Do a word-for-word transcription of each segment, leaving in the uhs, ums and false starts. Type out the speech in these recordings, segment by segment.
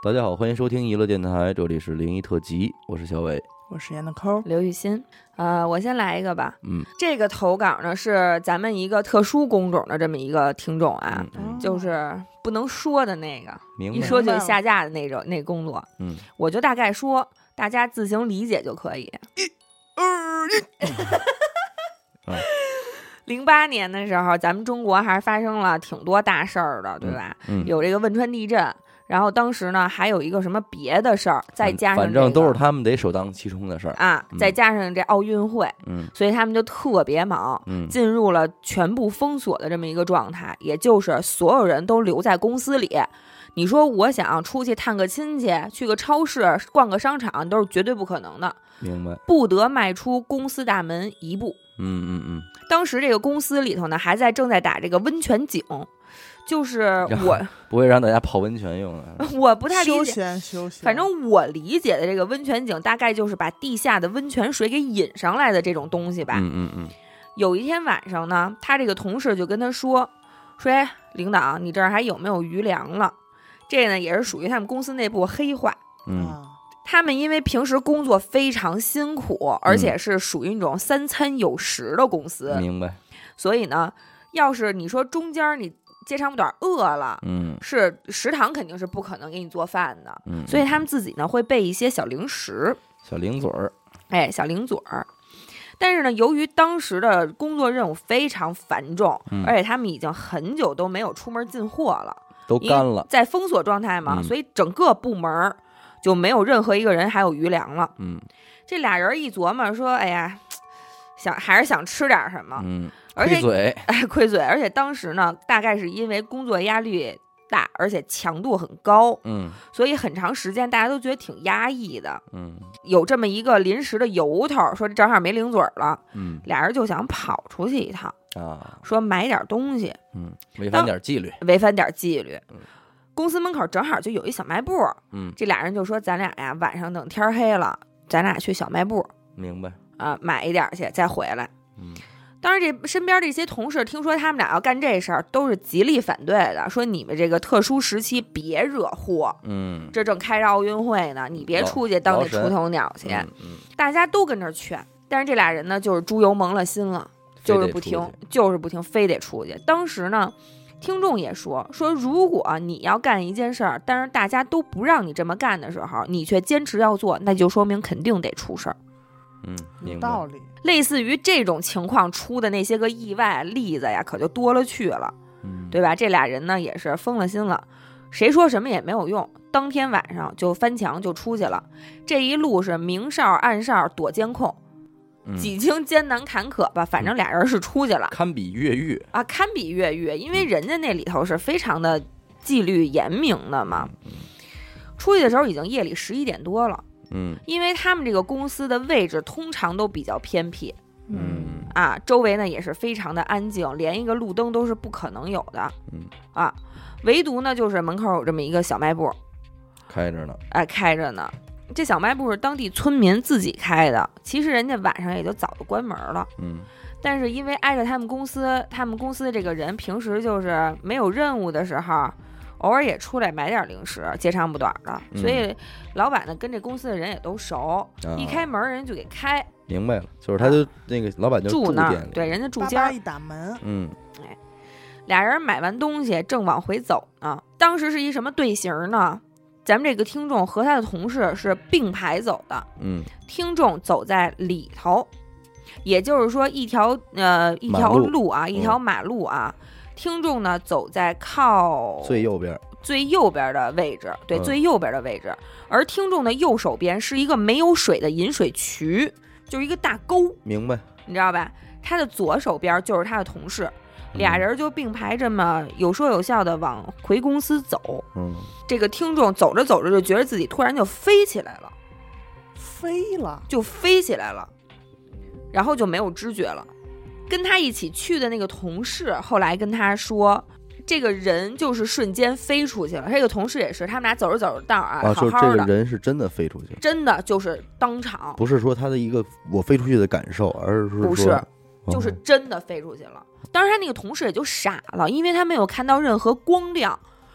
大家好，欢迎收听娱乐电台，这里是灵异特辑，我是小伟， 我是闫的抠， 刘雨欣。呃，我先来一个吧。 嗯， 这个投稿呢是咱们一个特殊工种的这么一个听众啊， 嗯嗯、 就是不能说的那个， 明白一说就下架的那种那工作。 嗯， 我就大概说，大家自行理解就可以。一、二、一。零八年的时候，咱们中国还是发生了挺多大事儿的，对吧？ 嗯嗯、 有这个汶川地震。然后当时呢，还有一个什么别的事儿，再加上、这个、 反正都是他们得首当其冲的事儿啊、嗯，再加上这奥运会， 嗯， 所以他们就特别忙， 嗯， 进入了全部封锁的这么一个状态，也就是所有人都留在公司里。你说我想出去探个亲戚，去个超市，逛个商场，都是绝对不可能的。 明白， 不得迈出公司大门一步。 嗯嗯嗯。 当时这个公司里头呢，还在正在打这个温泉井。就是我不会让大家泡温泉用的， 我不太理解。 休闲休闲， 反正我理解的这个温泉井，大概就是把地下的温泉水给引上来的这种东西吧。 嗯嗯嗯。 有一天晚上呢，他这个同事就跟他说：“说哎，领导，你这儿还有没有余粮了？”这个呢，也是属于他们公司内部黑话。 嗯。 他们因为平时工作非常辛苦，而且是属于那种三餐有食的公司。 明白。 所以呢，要是你说中间你接长不短饿了， 嗯， 是食堂肯定是不可能给你做饭的， 嗯， 所以他们自己呢会备一些小零食， 小零嘴儿， 哎，小零嘴儿。但是呢，由于当时的工作任务非常繁重， 嗯、 而且他们已经很久都没有出门进货了， 都干了， 在封锁状态嘛、 嗯， 所以整个部门就没有任何一个人还有余粮了。 嗯， 这俩人一琢磨说，哎呀，想还是想吃点什么， 嗯。 而且亏嘴， 哎，亏嘴，而且当时呢，大概是因为工作压力大，而且强度很高， 嗯， 所以很长时间大家都觉得挺压抑的， 嗯， 有这么一个临时的由头，说正好没零嘴了， 嗯， 俩人就想跑出去一趟啊， 说买点东西， 嗯，违反点纪律， 违反点纪律。 嗯， 公司门口正好就有一小卖部， 嗯， 这俩人就说咱俩呀，晚上等天黑了，咱俩去小卖部， 明白啊，买一点去，再回来， 嗯。 当然，这身边这些同事听说他们俩要干这事儿，都是极力反对的，说你们这个特殊时期别惹祸， 嗯， 这正开着奥运会呢，你别出去当那出头鸟去。 嗯嗯、 大家都跟这劝，但是这俩人呢，就是猪油蒙了心了，就是不听，就是不听，非得出去。当时呢，听众也说说，如果你要干一件事儿，但是大家都不让你这么干的时候，你却坚持要做，那就说明肯定得出事儿。 嗯， 有道理。 类似于这种情况出的那些个意外例子呀，可就多了去了， 嗯， 对吧？这俩人呢也是疯了心了，谁说什么也没有用。当天晚上就翻墙就出去了，这一路是明哨暗哨躲监控， 嗯、 几经艰难坎坷吧，反正俩人是出去了， 堪比越狱啊，堪比越狱，因为人家那里头是非常的纪律严明的嘛。 嗯、 出去的时候已经夜里十一点多了。 嗯， 因为他们这个公司的位置通常都比较偏僻， 嗯啊，周围呢也是非常的安静，连一个路灯都是不可能有的， 嗯啊，唯独呢就是门口有这么一个小卖部， 开着呢， 哎，开着呢。这小卖部是当地村民自己开的，其实人家晚上也就早就关门了， 嗯， 但是因为挨着他们公司，他们公司的这个人平时就是没有任务的时候。偶尔也出来买点零食，接长不短的， 嗯、 所以老板呢跟这公司的人也都熟， 啊、 一开门人就给开。 明白了，就是他就、啊、那个老板就住那儿， 对，人家住家一打门， 嗯， 哎，俩人买完东西正往回走呢，当时是一什么队形呢？咱们这个听众和他的同事是并排走的， 嗯， 听众走在里头，也就是说一条呃一条路啊，一条马路啊。嗯，听众呢走在靠最右边最右边的位置，对、嗯、最右边的位置，而听众的右手边是一个没有水的引水渠，就是一个大沟， 明白？ 你知道吧？他的左手边就是他的同事，嗯、俩人就并排这么有说有笑的往回公司走。 嗯， 这个听众走着走着就觉得自己突然就飞起来了， 飞了， 就飞起来了，然后就没有知觉了。跟他一起去的那个同事后来跟他说，这个人就是瞬间飞出去了。这个同事也是，他们俩走着走着道啊， 啊， 好好的， 说这个人是真的飞出去， 真的就是当场， 不是说他的一个我飞出去的感受，而是说不是，就是真的飞出去了。当时他那个同事也就傻了，因为他没有看到任何光亮，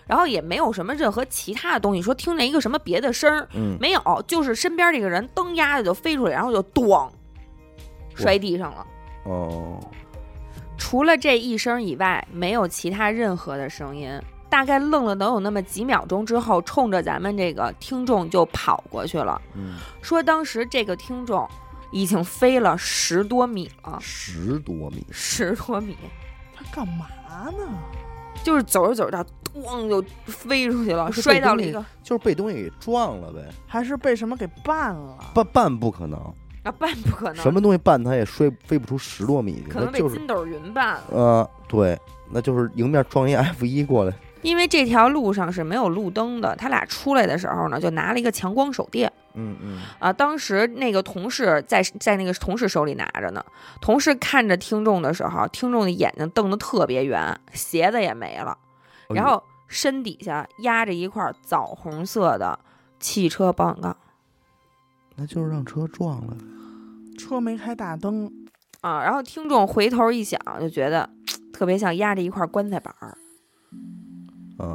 然后也没有什么任何其他的东西，说听见一个什么别的声儿， 嗯， 没有，就是身边这个人蹬丫子就飞出来，然后就咣摔地上了。 哦， 除了这一声以外，没有其他任何的声音。大概愣了能有那么几秒钟之后，冲着咱们这个听众就跑过去了。 嗯， 说当时这个听众已经飞了十多米了， 十多米， 十多米， 他干嘛呢？ 就是走着走着，咣就飞出去了，摔到了一个， 就是被东西给撞了呗， 还是被什么给绊了？ 绊绊不可能啊，绊不可能， 什么东西绊它也摔飞不出十多米去， 可能被筋斗云绊了。 呃，对，那就是迎面撞一 F 一过来。 因为这条路上是没有路灯的，他俩出来的时候呢，就拿了一个强光手电。 嗯嗯啊，当时那个同事在在那个同事手里拿着呢。同事看着听众的时候，听众的眼睛瞪得特别圆，鞋子也没了，然后身底下压着一块枣红色的汽车保险杠。 那就是让车撞了， 车没开大灯啊。然后听众回头一想，就觉得特别像压着一块棺材板儿。 啊，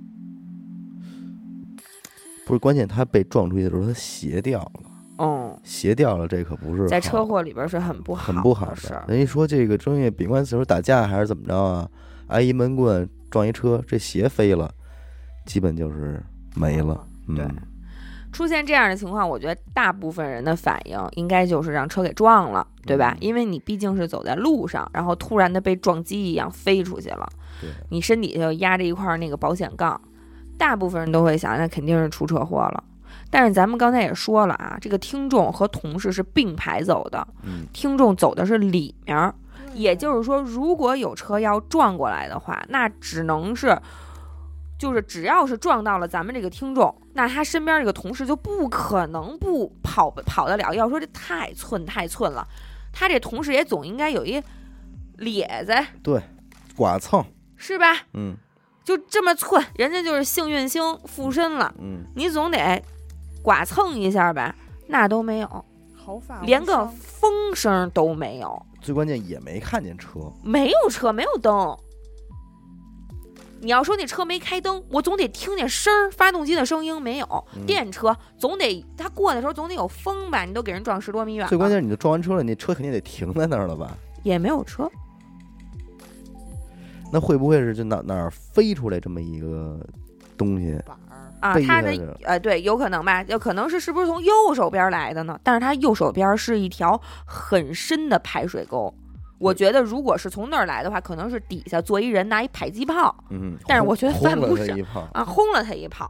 不是，关键他被撞出去的时候，他鞋掉了。 哦， 鞋掉了，这可不是在车祸里边是很不好很不好的。人家说这个专业比官司时候打架还是怎么着啊？挨一闷棍撞一车，这鞋飞了，基本就是没了。嗯、 对，出现这样的情况，我觉得大部分人的反应应该就是让车给撞了，对吧？嗯、因为你毕竟是走在路上，然后突然的被撞击一样飞出去了。 对， 你身底下就压着一块那个保险杠，大部分人都会想，那肯定是出车祸了。但是咱们刚才也说了啊，这个听众和同事是并排走的， 嗯、 听众走的是里面，也就是说，如果有车要撞过来的话，那只能是，就是只要是撞到了咱们这个听众，那他身边这个同事就不可能不跑跑得了。要说这太寸太寸了，他这同事也总应该有一咧子， 对，剐蹭。 是吧？ 嗯， 就这么寸，人家就是幸运星附身了。 嗯， 你总得剐蹭一下吧？那都没有， 毫发连个风声都没有。 最关键也没看见车， 没有车，没有灯。你要说那车没开灯，我总得听见声儿，发动机的声音没有。 嗯、 电车总得它过的时候总得有风吧？你都给人撞十多米远了。 最关键是你都撞完车了，你车肯定得停在那儿了吧？ 也没有车。 那会不会是就哪哪儿飞出来这么一个东西啊？它的呃，对，有可能吧？有可能是是不是从右手边来的呢？但是它右手边是一条很深的排水沟。我觉得如果是从那儿来的话，可能是底下坐一人拿一迫击炮。 嗯， 但是我觉得犯不上啊， 轰了他一炮，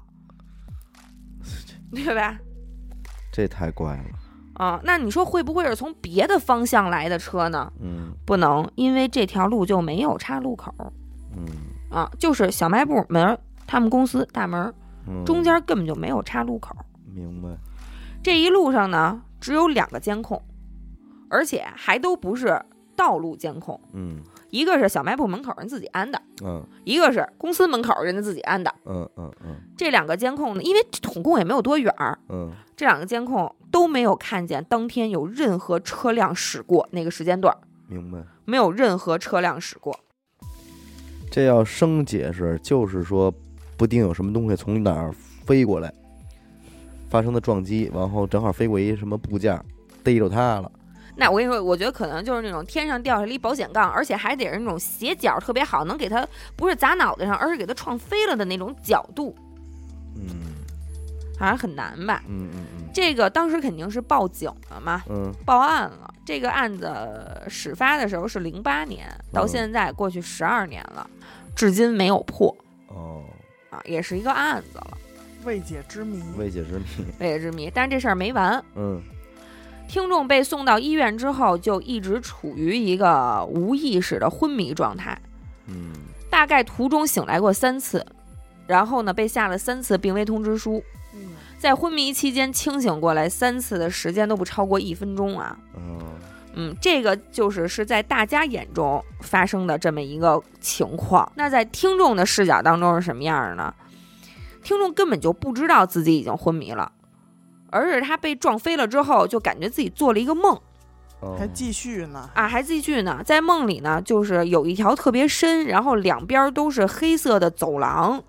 对吧？ 这太怪了。 啊，那你说会不会是从别的方向来的车呢？ 嗯， 不能，因为这条路就没有岔路口。 嗯， 啊，就是小卖部门，他们公司大门， 嗯、 中间根本就没有岔路口。 明白。 这一路上呢，只有两个监控，而且还都不是道路监控。 嗯， 一个是小卖部门口人自己安的， 嗯， 一个是公司门口人家自己安的。 嗯嗯嗯。 这两个监控呢，因为统共也没有多远， 嗯， 这两个监控都没有看见当天有任何车辆驶过那个时间段。 明白。 没有任何车辆驶过。 这要生解释，就是说不定有什么东西从哪儿飞过来，发生的撞击，然后正好飞过一什么部件，逮着它了。 那我跟你说，我觉得可能就是那种天上掉下来一保险杠，而且还得是那种斜角特别好，能给它不是砸脑袋上，而是给它撞飞了的那种角度。 嗯， 好像很难吧？ 嗯嗯嗯。 这个当时肯定是报警了嘛， 嗯， 报案了。这个案子始发的时候是零八年，到现在过去十二年了，至今没有破。 哦， 啊，也是一个案子了， 未解之谜。 未解之谜， 未解之谜。但是这事儿没完。 嗯。 听众被送到医院之后，就一直处于一个无意识的昏迷状态。 嗯， 大概途中醒来过三次，然后呢被下了三次病危通知书。 嗯， 在昏迷期间清醒过来三次的时间都不超过一分钟啊。 嗯嗯，这个就是是在大家眼中发生的这么一个情况。那在听众的视角当中是什么样的呢？听众根本就不知道自己已经昏迷了。而是他被撞飞了之后，就感觉自己做了一个梦， 还继续呢啊，还继续呢。在梦里呢，就是有一条特别深，然后两边都是黑色的走廊，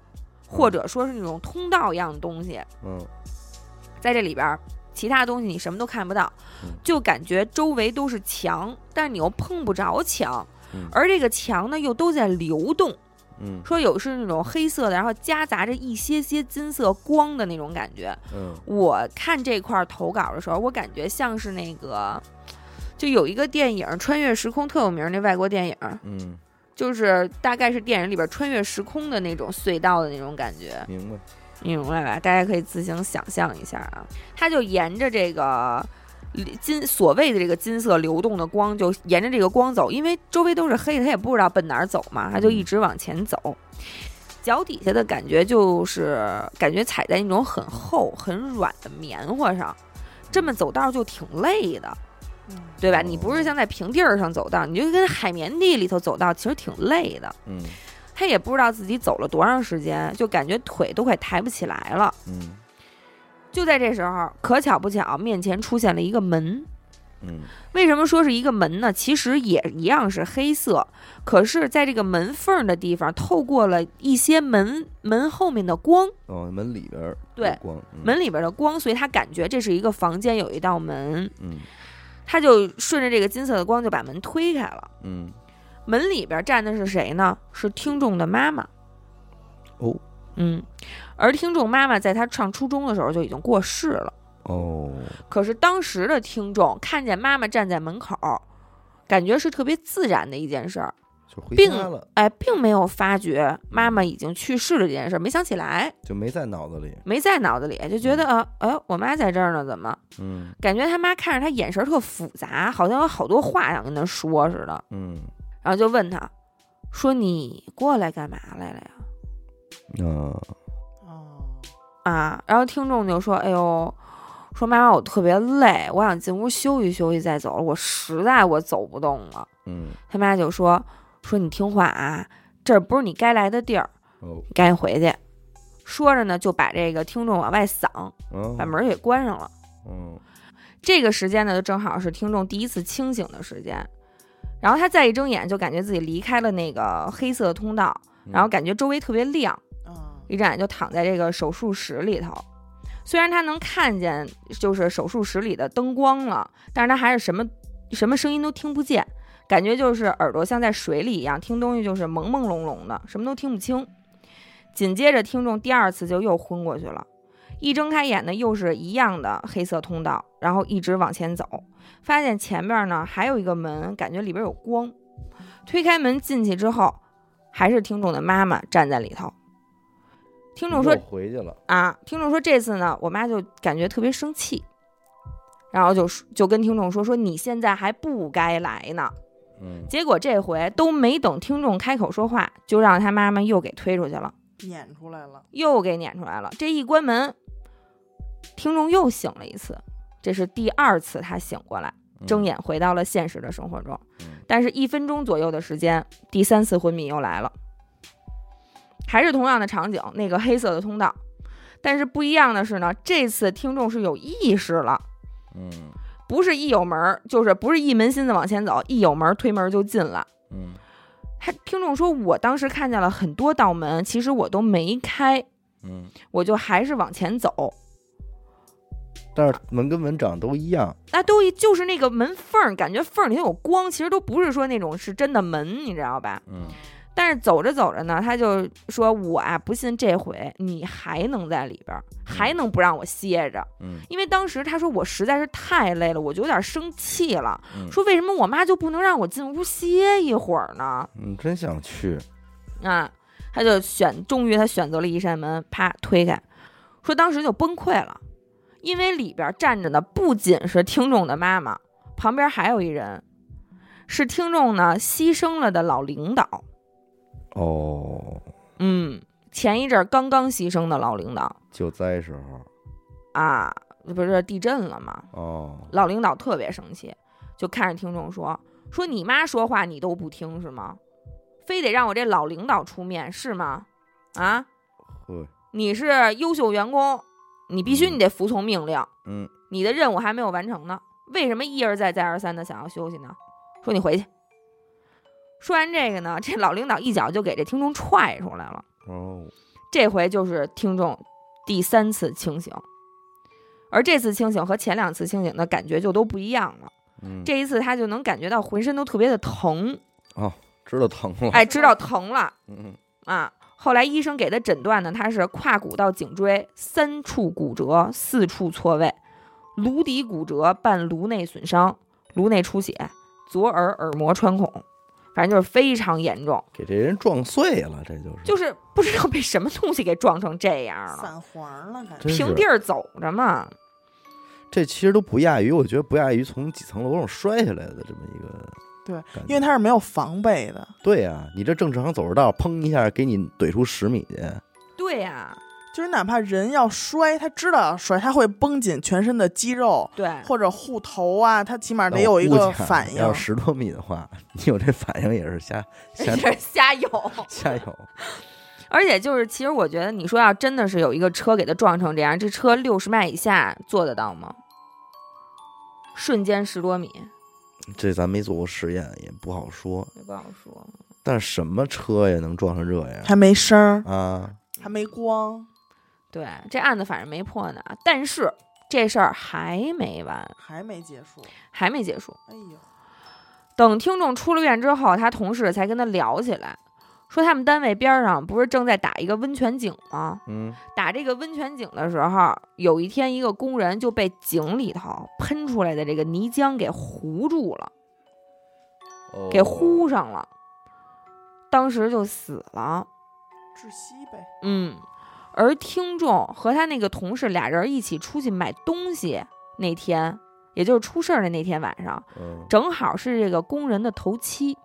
或者说是那种通道一样的东西。 嗯， 在这里边，其他东西你什么都看不到，就感觉周围都是墙，但是你又碰不着墙， 嗯、 而这个墙呢又都在流动。 嗯， 说有是那种黑色的，然后夹杂着一些些金色光的那种感觉。 嗯， 我看这块投稿的时候，我感觉像是那个，就有一个电影《穿越时空》特有名那外国电影， 嗯， 就是大概是电影里边穿越时空的那种隧道的那种感觉。 明白， 明白吧？大家可以自行想象一下啊。它就沿着这个金所谓的这个金色流动的光，就沿着这个光走，因为周围都是黑的，他也不知道奔哪儿走嘛，他就一直往前走。脚底下的感觉就是感觉踩在那种很厚很软的棉花上，这么走道就挺累的，对吧？你不是像在平地儿上走道，你就跟海绵地里头走道，其实挺累的。 嗯， 他也不知道自己走了多长时间，就感觉腿都快抬不起来了。 嗯， 就在这时候，可巧不巧，面前出现了一个门。 嗯， 为什么说是一个门呢？其实也一样是黑色，可是在这个门缝的地方，透过了一些门门后面的光。 哦，门里边对光、嗯， 门里边的光，所以他感觉这是一个房间，有一道门。 嗯， 他就顺着这个金色的光就把门推开了。 嗯， 门里边站的是谁呢？是听众的妈妈。 哦， 嗯，而听众妈妈在他上初中的时候就已经过世了。 哦， 可是当时的听众看见妈妈站在门口，感觉是特别自然的一件事儿， 就回并家了， 哎，并没有发觉妈妈已经去世了这件事儿，没想起来， 就没在脑子里， 没在脑子里，就觉得啊，哎，我妈在这儿呢，怎么？ 嗯， 感觉他妈看着他眼神特复杂，好像有好多话想跟他说似的， 嗯， 然后就问他，说你过来干嘛来了呀？ 嗯、 哦， 啊，然后听众就说，哎呦。说妈妈，我特别累，我想进屋休息休息再走，我实在我走不动了。 嗯， 他妈就说说你听话啊，这儿不是你该来的地儿， 哦， 你赶紧回去。说着呢，就把这个听众往外搡， 哦， 把门给关上了。 嗯， 这个时间呢，就正好是听众第一次清醒的时间。然后他再一睁眼，就感觉自己离开了那个黑色通道，然后感觉周围特别亮，一睁眼就躺在这个手术室里头。虽然他能看见就是手术室里的灯光了，但是他还是什么什么声音都听不见，感觉就是耳朵像在水里一样，听东西就是朦朦胧胧的，什么都听不清。紧接着听众第二次就又昏过去了，一睁开眼呢又是一样的黑色通道，然后一直往前走，发现前面呢还有一个门，感觉里边有光，推开门进去之后，还是听众的妈妈站在里头。听众说回去了啊，听众说这次呢，我妈就感觉特别生气，然后就就跟听众说说你现在还不该来呢。 嗯， 结果这回都没等听众开口说话，就让他妈妈又给推出去了， 撵出来了， 又给撵出来了。这一关门，听众又醒了一次，这是第二次他醒过来，睁眼回到了现实的生活中。 嗯、 但是一分钟左右的时间，第三次昏迷又来了。还是同样的场景，那个黑色的通道，但是不一样的是呢，这次听众是有意识了， 嗯， 不是一有门就是不是一门心思往前走，一有门推门就进了， 嗯， 他听众说，我当时看见了很多道门，其实我都没开， 嗯， 我就还是往前走， 但是门跟门长都一样， 那都就是那个门缝，感觉缝里头有光，其实都不是说那种是真的门，你知道吧？ 嗯。 但是走着走着呢，他就说我啊不信这回你还能在里边，还能不让我歇着。 嗯， 因为当时他说我实在是太累了，我就有点生气了， 嗯、 说为什么我妈就不能让我进屋歇一会儿呢？ 嗯，真想去啊，他就选，终于他选择了一扇门，啪推开，说当时就崩溃了，因为里边站着的不仅是听众的妈妈，旁边还有一人，是听众呢牺牲了的老领导。 哦， 嗯，前一阵刚刚牺牲的老领导， 救灾时候啊，不是地震了吗？ 哦， 老领导特别生气，就看着听众说：“说你妈说话你都不听是吗？非得让我这老领导出面是吗？啊，你是优秀员工，你必须你得服从命令。 嗯， 你的任务还没有完成呢，为什么一而再再而三的想要休息呢？说你回去。”说完这个呢，这老领导一脚就给这听众踹出来了。 哦， 这回就是听众第三次清醒，而这次清醒和前两次清醒的感觉就都不一样了。 嗯， 这一次他就能感觉到浑身都特别的疼， 哦，知道疼了， 哎，知道疼了， 嗯啊。后来医生给的诊断呢，他是胯骨到颈椎三处骨折，四处错位，颅底骨折伴颅内损伤，颅内出血，左耳耳膜穿孔，反正就是非常严重， 给这人撞碎了，这就是就是不知道被什么东西给撞成这样了， 散黄了，感觉平地儿走着嘛。 这其实都不亚于，我觉得不亚于从几层楼上摔下来的这么一个。 对，因为他是没有防备的。 对呀、啊，你这正常走着道，砰一下给你怼出十米去。 对呀、啊， 就是哪怕人要摔，他知道要摔，他会绷紧全身的肌肉， 对， 或者护头啊，他起码得有一个反应。 要十多米的话，你有这反应也是瞎瞎瞎有瞎有。 而且就是，其实我觉得，你说要真的是有一个车给他撞成这样，这车六十迈以下做得到吗？瞬间十多米， 这咱没做过实验，也不好说， 也不好说。 但是什么车呀能撞成这样？ 还没声啊， 还没光。 对，这案子反正没破呢，但是这事儿还没完， 还没结束， 还没结束。 哎呦， 等听众出了院之后，他同事才跟他聊起来。说他们单位边上不是正在打一个温泉井吗？ 嗯， 打这个温泉井的时候，有一天一个工人就被井里头喷出来的这个泥浆给糊住了， 哦、 给糊上了，当时就死了， 窒息呗。 嗯，而听众和他那个同事俩人一起出去买东西那天，也就是出事儿的那天晚上， 嗯、 正好是这个工人的头七。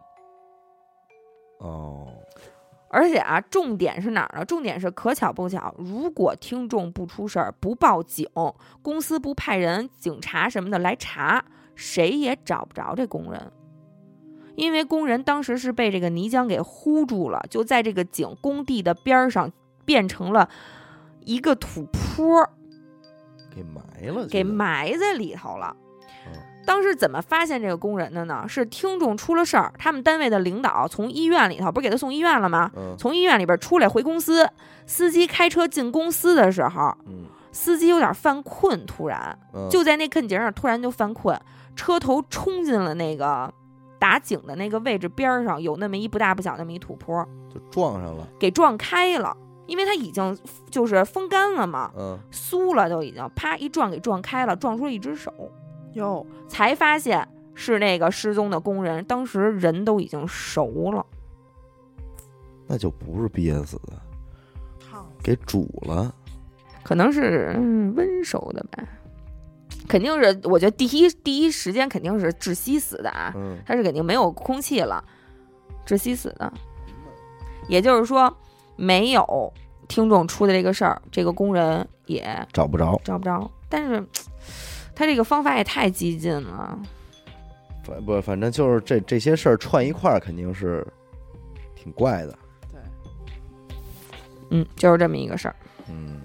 哦。 而且啊，重点是哪儿呢？重点是可巧不巧，如果听众不出事儿、不报警，公司不派人、警察什么的来查，谁也找不着这工人，因为工人当时是被这个泥浆给糊住了，就在这个井工地的边上变成了一个土坡， 给埋了， 给埋在里头了。当时怎么发现这个工人的呢？是听众出了事儿，他们单位的领导从医院里头不是给他送医院了吗？ 嗯、 从医院里边出来回公司，司机开车进公司的时候， 嗯、 司机有点犯困，突然、 嗯、 就在那坑井上突然就犯困，车头冲进了那个打井的那个位置边上，有那么一不大不小那么一土坡， 就撞上了， 给撞开了，因为他已经就是风干了嘛， 嗯， 酥了都已经，啪一撞给撞开了，撞出了一只手。 哟， 才发现是那个失踪的工人，当时人都已经熟了， 那就不是憋死的， 烫给煮了， 可能是、嗯、温熟的吧，肯定是，我觉得第一第一时间肯定是窒息死的啊， 嗯， 他是肯定没有空气了，窒息死的，也就是说没有听众出的这个事儿，这个工人也找不着， 找不着，但是。他这个方法也太激进了， 反不反正就是这这些事儿串一块儿，肯定是挺怪的。 对， 嗯，就是这么一个事儿。 嗯，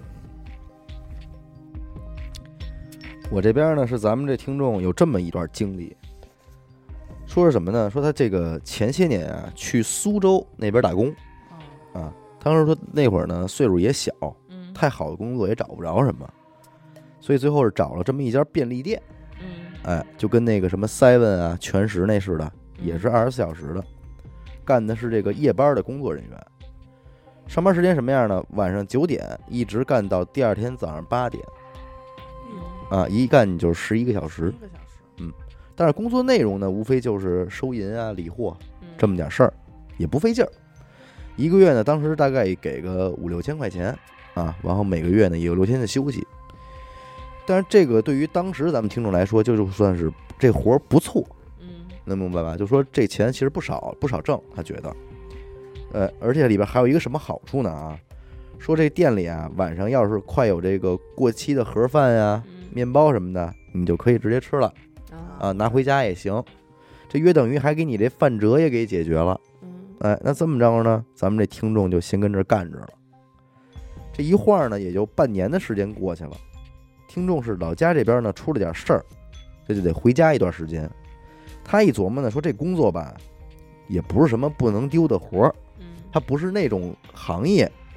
我这边呢是咱们这听众有这么一段经历，说是什么呢？说他这个前些年啊去苏州那边打工， 哦、 啊，当时说那会儿呢岁数也小， 嗯， 太好的工作也找不着什么。所以最后是找了这么一家便利店， 嗯， 哎，就跟那个什么 seven 啊、全食那似的，也是二十四小时的，干的是这个夜班的工作人员。上班时间什么样呢？晚上九点一直干到第二天早上八点，啊，一干就是十一个小时， 一个小时， 嗯。但是工作内容呢，无非就是收银啊、理货这么点事儿，也不费劲儿。一个月呢，当时大概给个五六千块钱啊，然后每个月呢也有六天的休息。但是这个对于当时咱们听众来说，就算是这活儿不错， 嗯， 能明白吧？就说这钱其实不少，不少挣，他觉得，呃，而且里边还有一个什么好处呢？啊，说这店里啊，晚上要是快有这个过期的盒饭呀、 嗯、 面包什么的，你就可以直接吃了，啊，拿回家也行。这约等于还给你这饭辙也给解决了。 嗯， 哎，那这么着呢，咱们这听众就先跟这干着了。这一晃呢，也就半年的时间过去了。听众是老家这边呢出了点事儿，这就得回家一段时间。他一琢磨呢，说这工作吧，也不是什么不能丢的活儿，他不是那种行业，是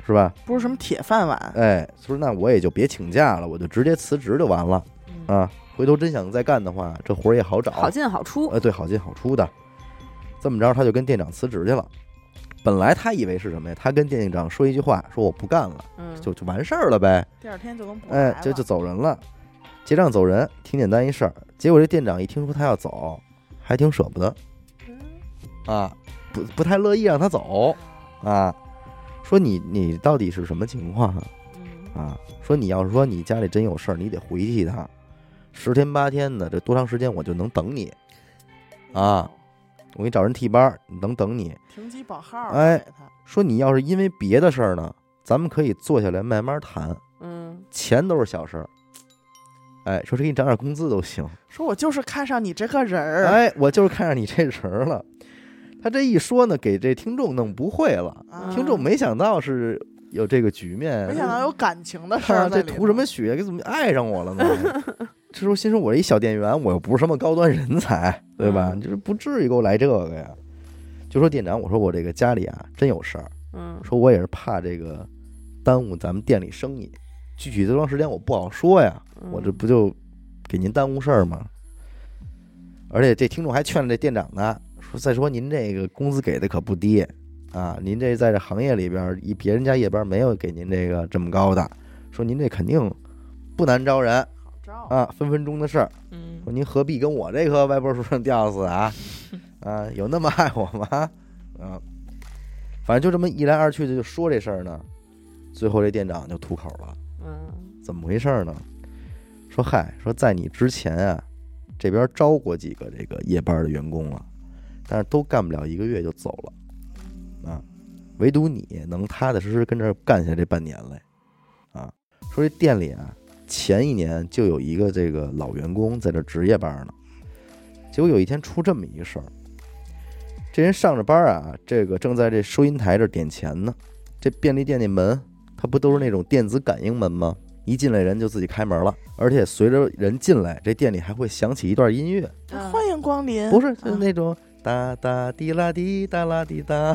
是吧？ 不是什么铁饭碗。 哎，说那我也就别请假了，我就直接辞职就完了、嗯、啊。回头真想再干的话，这活儿也好找， 好进好出。 呃，对，好进好出的。这么着，他就跟店长辞职去了。本来他以为是什么呀？他跟店长说一句话，说我不干了，嗯、就就完事儿了呗。 第二天就能不来了， 哎，就就走人了，结账走人，挺简单一事儿。结果这店长一听说他要走，还挺舍不得，嗯、啊，不不太乐意让他走啊。说你你到底是什么情况啊？啊，说你要是说你家里真有事儿，你得回去一趟，十天八天的，这多长时间我就能等你啊？我给你找人替班，能等你。 停机保号。 哎，说你要是因为别的事儿呢，咱们可以坐下来慢慢谈。 嗯， 钱都是小事儿。哎，说这给你涨点工资都行。 说我就是看上你这个人儿。 哎，我就是看上你这人了。他这一说呢，给这听众弄不会了。啊、听众没想到是有这个局面， 没想到有感情的事儿、啊。 这图什么血？给怎么爱上我了呢？这时候心说，我一小店员，我又不是什么高端人才，对吧？你、嗯、就是不至于给我来这个呀。就说店长，我说我这个家里啊真有事儿，嗯，说我也是怕这个耽误咱们店里生意，具体多长时间我不好说呀，嗯、我这不就给您耽误事儿吗？而且这听众还劝了这店长呢，说再说您这个工资给的可不低啊，您这在这行业里边，以别人家夜班没有给您这个这么高的，说您这肯定不难招人。啊，分分钟的事儿。嗯，说您何必跟我这棵歪脖树上吊死啊？啊，有那么爱我吗？啊，反正就这么一来二去的就说这事儿呢，最后这店长就吐口了。嗯，怎么回事呢？说嗨，说在你之前啊，这边招过几个这个夜班的员工了，但是都干不了一个月就走了。啊，唯独你能踏踏实实跟这儿干下这半年来。啊，说这店里啊。前一年就有一个这个老员工在这值夜班呢，结果有一天出这么一个事儿，这人上着班啊，这个正在这收银台这点钱呢，这便利店那门它不都是那种电子感应门吗？一进来人就自己开门了，而且随着人进来，这店里还会响起一段音乐， 啊、欢迎光临， 不是就是那种、啊、哒哒滴啦滴哒啦滴哒，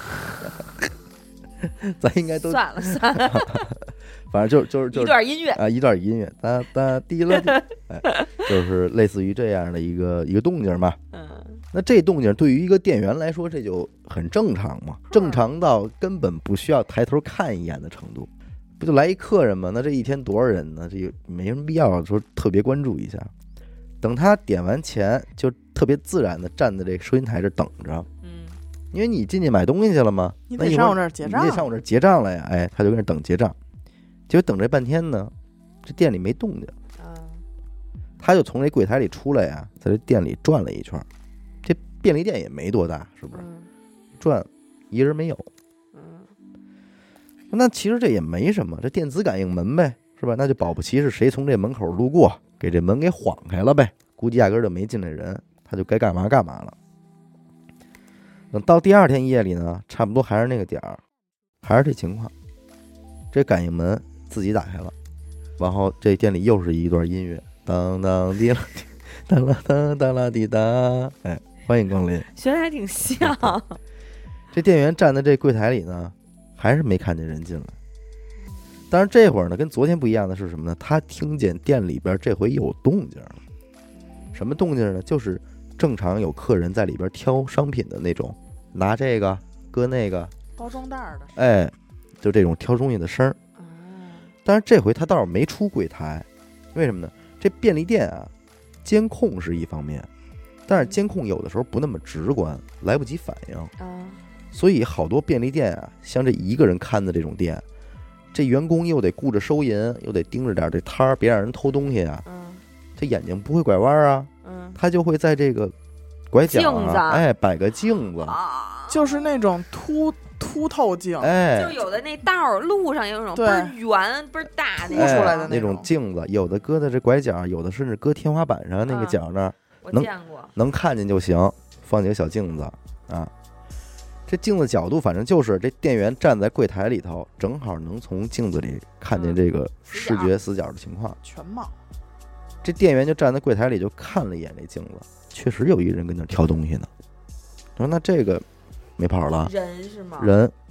咱应该都算了算了。 反正就就是就是一段音乐啊，一段音乐，哒哒滴了，哎，就是类似于这样的一个一个动静嘛。嗯，那这动静对于一个店员来说，这就很正常嘛，正常到根本不需要抬头看一眼的程度。不就来一客人吗？那这一天多少人呢？这没什么必要说特别关注一下。等他点完钱，就特别自然的站在这个收银台这等着。嗯，因为你进去买东西去了嘛， 你得上我这儿结账， 你得上我这儿结账了呀。哎，他就跟这等结账。结果等这半天呢，这店里没动静。啊，他就从这柜台里出来呀，在这店里转了一圈。这便利店也没多大，是不是？嗯、转一人没有。嗯，那其实这也没什么，这电子感应门呗，是吧？那就保不齐是谁从这门口路过，给这门给晃开了呗。估计压根儿就没进来人，他就该干嘛干嘛了。等到第二天夜里呢，差不多还是那个点儿，还是这情况，这感应门自己打开了，然后这店里又是一段音乐，当当滴啦滴，当啦当当啦滴当，哎，欢迎光临， 学的还挺像。 这店员站在这柜台里呢，还是没看见人进来。但是这会儿呢，跟昨天不一样的是什么呢？他听见店里边这回有动静了。什么动静呢？就是正常有客人在里边挑商品的那种，拿这个搁那个包装袋的， 哎，就这种挑东西的声儿。但是这回他倒是没出柜台，为什么呢？这便利店啊，监控是一方面，但是监控有的时候不那么直观，来不及反应。啊，所以好多便利店啊，像这一个人看的这种店，这员工又得顾着收银，又得盯着点这摊儿，别让人偷东西啊。嗯，这眼睛不会拐弯啊。嗯，他就会在这个拐角啊，哎，摆个镜子， 啊、就是那种凸。凸透镜， 哎， 就有的那道路上有一种倍儿圆倍儿大凸出来的那种镜子，有的搁在这拐角，有的甚至搁天花板上那个角那儿， 我见过， 能看见就行，放几个小镜子啊。这镜子角度反正就是这店员站在柜台里头，正好能从镜子里看见这个视觉死角的情况， 全貌。 这店员就站在柜台里就看了一眼这镜子，确实有一个人跟那挑东西呢。说那这个没跑了， 人是吗？ 人，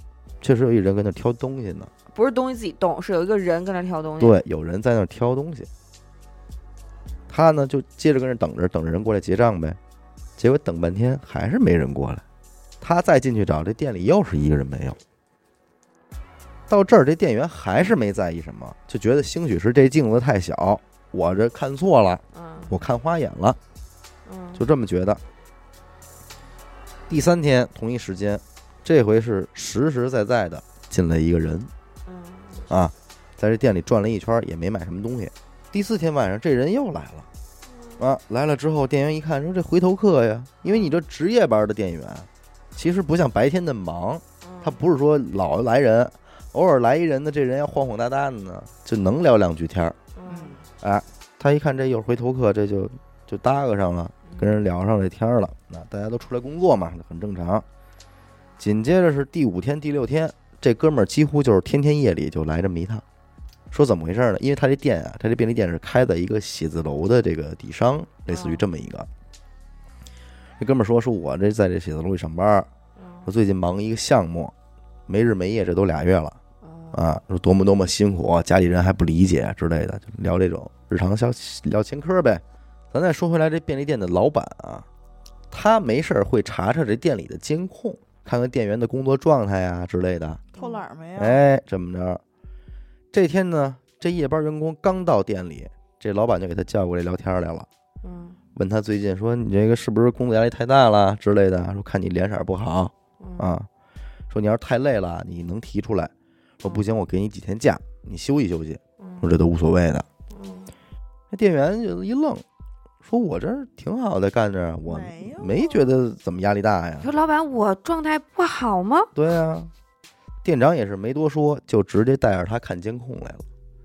确实有一人跟那挑东西呢。 不是东西自己动，是有一个人跟那挑东西。 对，有人在那挑东西。他呢就接着跟那等着，等着人过来结账呗。结果等半天还是没人过来，他再进去找，这店里又是一个人没有。到这儿，这店员还是没在意什么，就觉得兴许是这镜子太小，我这看错了，我看花眼了，就这么觉得。第三天同一时间，这回是实实在在的进来一个人，啊，在这店里转了一圈也没买什么东西。第四天晚上，这人又来了，啊，来了之后，店员一看说这回头客呀，因为你这值夜班的店员，其实不像白天的忙，他不是说老来人，偶尔来一人呢，这人要晃晃荡荡的呢，就能聊两句天儿。哎，他一看这又是回头客，这就就搭个上了，跟人聊上这天了。那大家都出来工作嘛，很正常。紧接着是第五天、第六天，这哥们儿几乎就是天天夜里就来这么一趟。说怎么回事呢？因为他这店啊，他这便利店是开在一个写字楼的这个底商，类似于这么一个。这哥们儿说：“说我这在这写字楼里上班，我最近忙一个项目，没日没夜，这都俩月了啊，说多么多么辛苦，家里人还不理解之类的，就聊这种日常小聊闲嗑呗。”咱再说回来，这便利店的老板啊，他没事会查查这店里的监控，看看店员的工作状态呀、啊、之类的。 偷懒没有？ 哎，这么着。这天呢，这夜班员工刚到店里，这老板就给他叫过来聊天来了。嗯，问他最近说你这个是不是工作压力太大了之类的，说看你脸色不好啊，说你要是太累了，你能提出来。说不行，我给你几天假，你休息休息。说这都无所谓的。那店员就一愣。说我这挺好的干着，我没觉得怎么压力大呀。 说老板，我状态不好吗？ 对啊，店长也是没多说，就直接带着他看监控来了。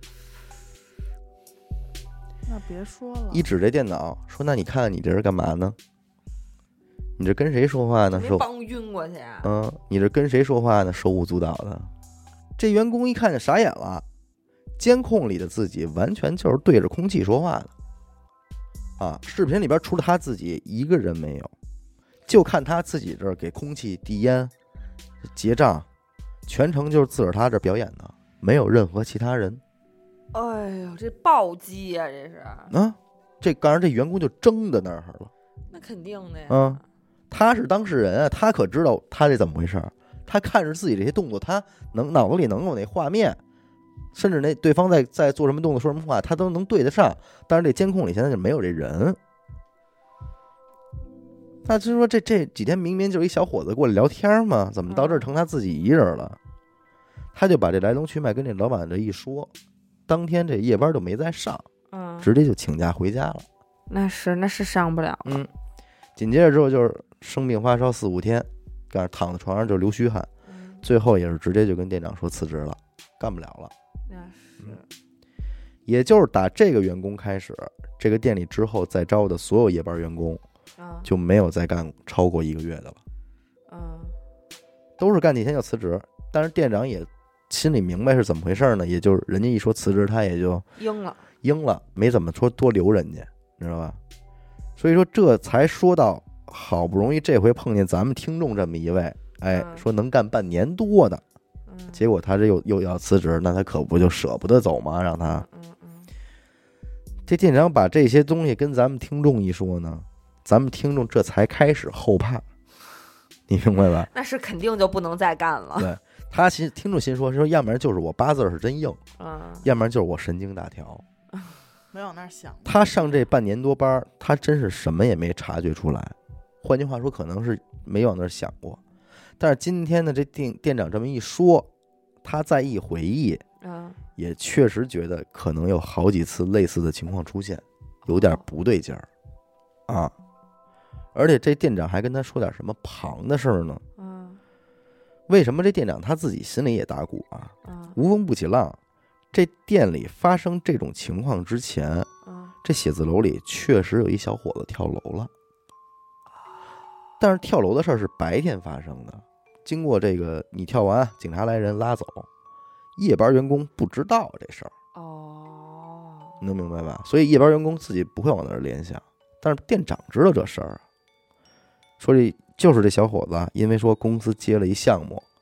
那别说了， 一指这电脑，说那你看看你这是干嘛呢？你这跟谁说话呢？手帮晕过去啊？ 嗯，你这跟谁说话呢？手舞足蹈的。这员工一看就傻眼了，监控里的自己完全就是对着空气说话的。啊，视频里边除了他自己一个人没有，就看他自己这儿给空气递烟、结账，全程就是自个儿他这表演的，没有任何其他人。 哎呦，这暴击呀、啊，这是啊！这当然这员工就怔在那儿了。 那肯定的呀。 嗯，他是当事人啊，他可知道他这怎么回事。他看着自己这些动作，他能脑子里能有那画面。甚至那对方在在做什么动作说什么话，他都能对得上。但是这监控里现在就没有这人。那就是说这这几天明明就是一小伙子过来聊天嘛，怎么到这儿成他自己一人了？他就把这来龙去脉跟这老板这一说，当天这夜班就没再上，嗯，直接就请假回家了。 那是那是上不了了。 嗯，紧接着之后就是生病发烧四五天，干躺在床上就流虚汗，嗯，最后也是直接就跟店长说辞职了，干不了了。 那是， 嗯，也就是打这个员工开始，这个店里之后再招的所有夜班员工，嗯，就没有再干超过一个月的了。嗯，都是干几天就辞职。但是店长也心里明白是怎么回事呢，也就是人家一说辞职，他也就应了， 应了，没怎么说多留人家，知道吧？所以说这才说到，好不容易这回碰见咱们听众这么一位，哎，说能干半年多的。结果他这又又要辞职，那他可不就舍不得走吗？让他，这店长把这些东西跟咱们听众一说呢，咱们听众这才开始后怕，你明白吧？ 那是肯定就不能再干了。 对，他心听众心说说，要不然就是我八字是真硬，嗯，要不然就是我神经大条， 没往那儿想。 他上这半年多班，他真是什么也没察觉出来。换句话说，可能是没往那儿想过。但是今天呢，这店店长这么一说，他再一回忆，嗯，也确实觉得可能有好几次类似的情况出现，有点不对劲儿啊。而且这店长还跟他说点什么旁的事儿呢？嗯，为什么这店长他自己心里也打鼓啊？嗯，无风不起浪。这店里发生这种情况之前，嗯，这写字楼里确实有一小伙子跳楼了。但是跳楼的事儿是白天发生的，经过这个你跳完，警察来人拉走，夜班员工不知道这事儿。哦，你能明白吧？所以夜班员工自己不会往那儿联想，但是店长知道这事儿，说这就是这小伙子，因为说公司接了一项目，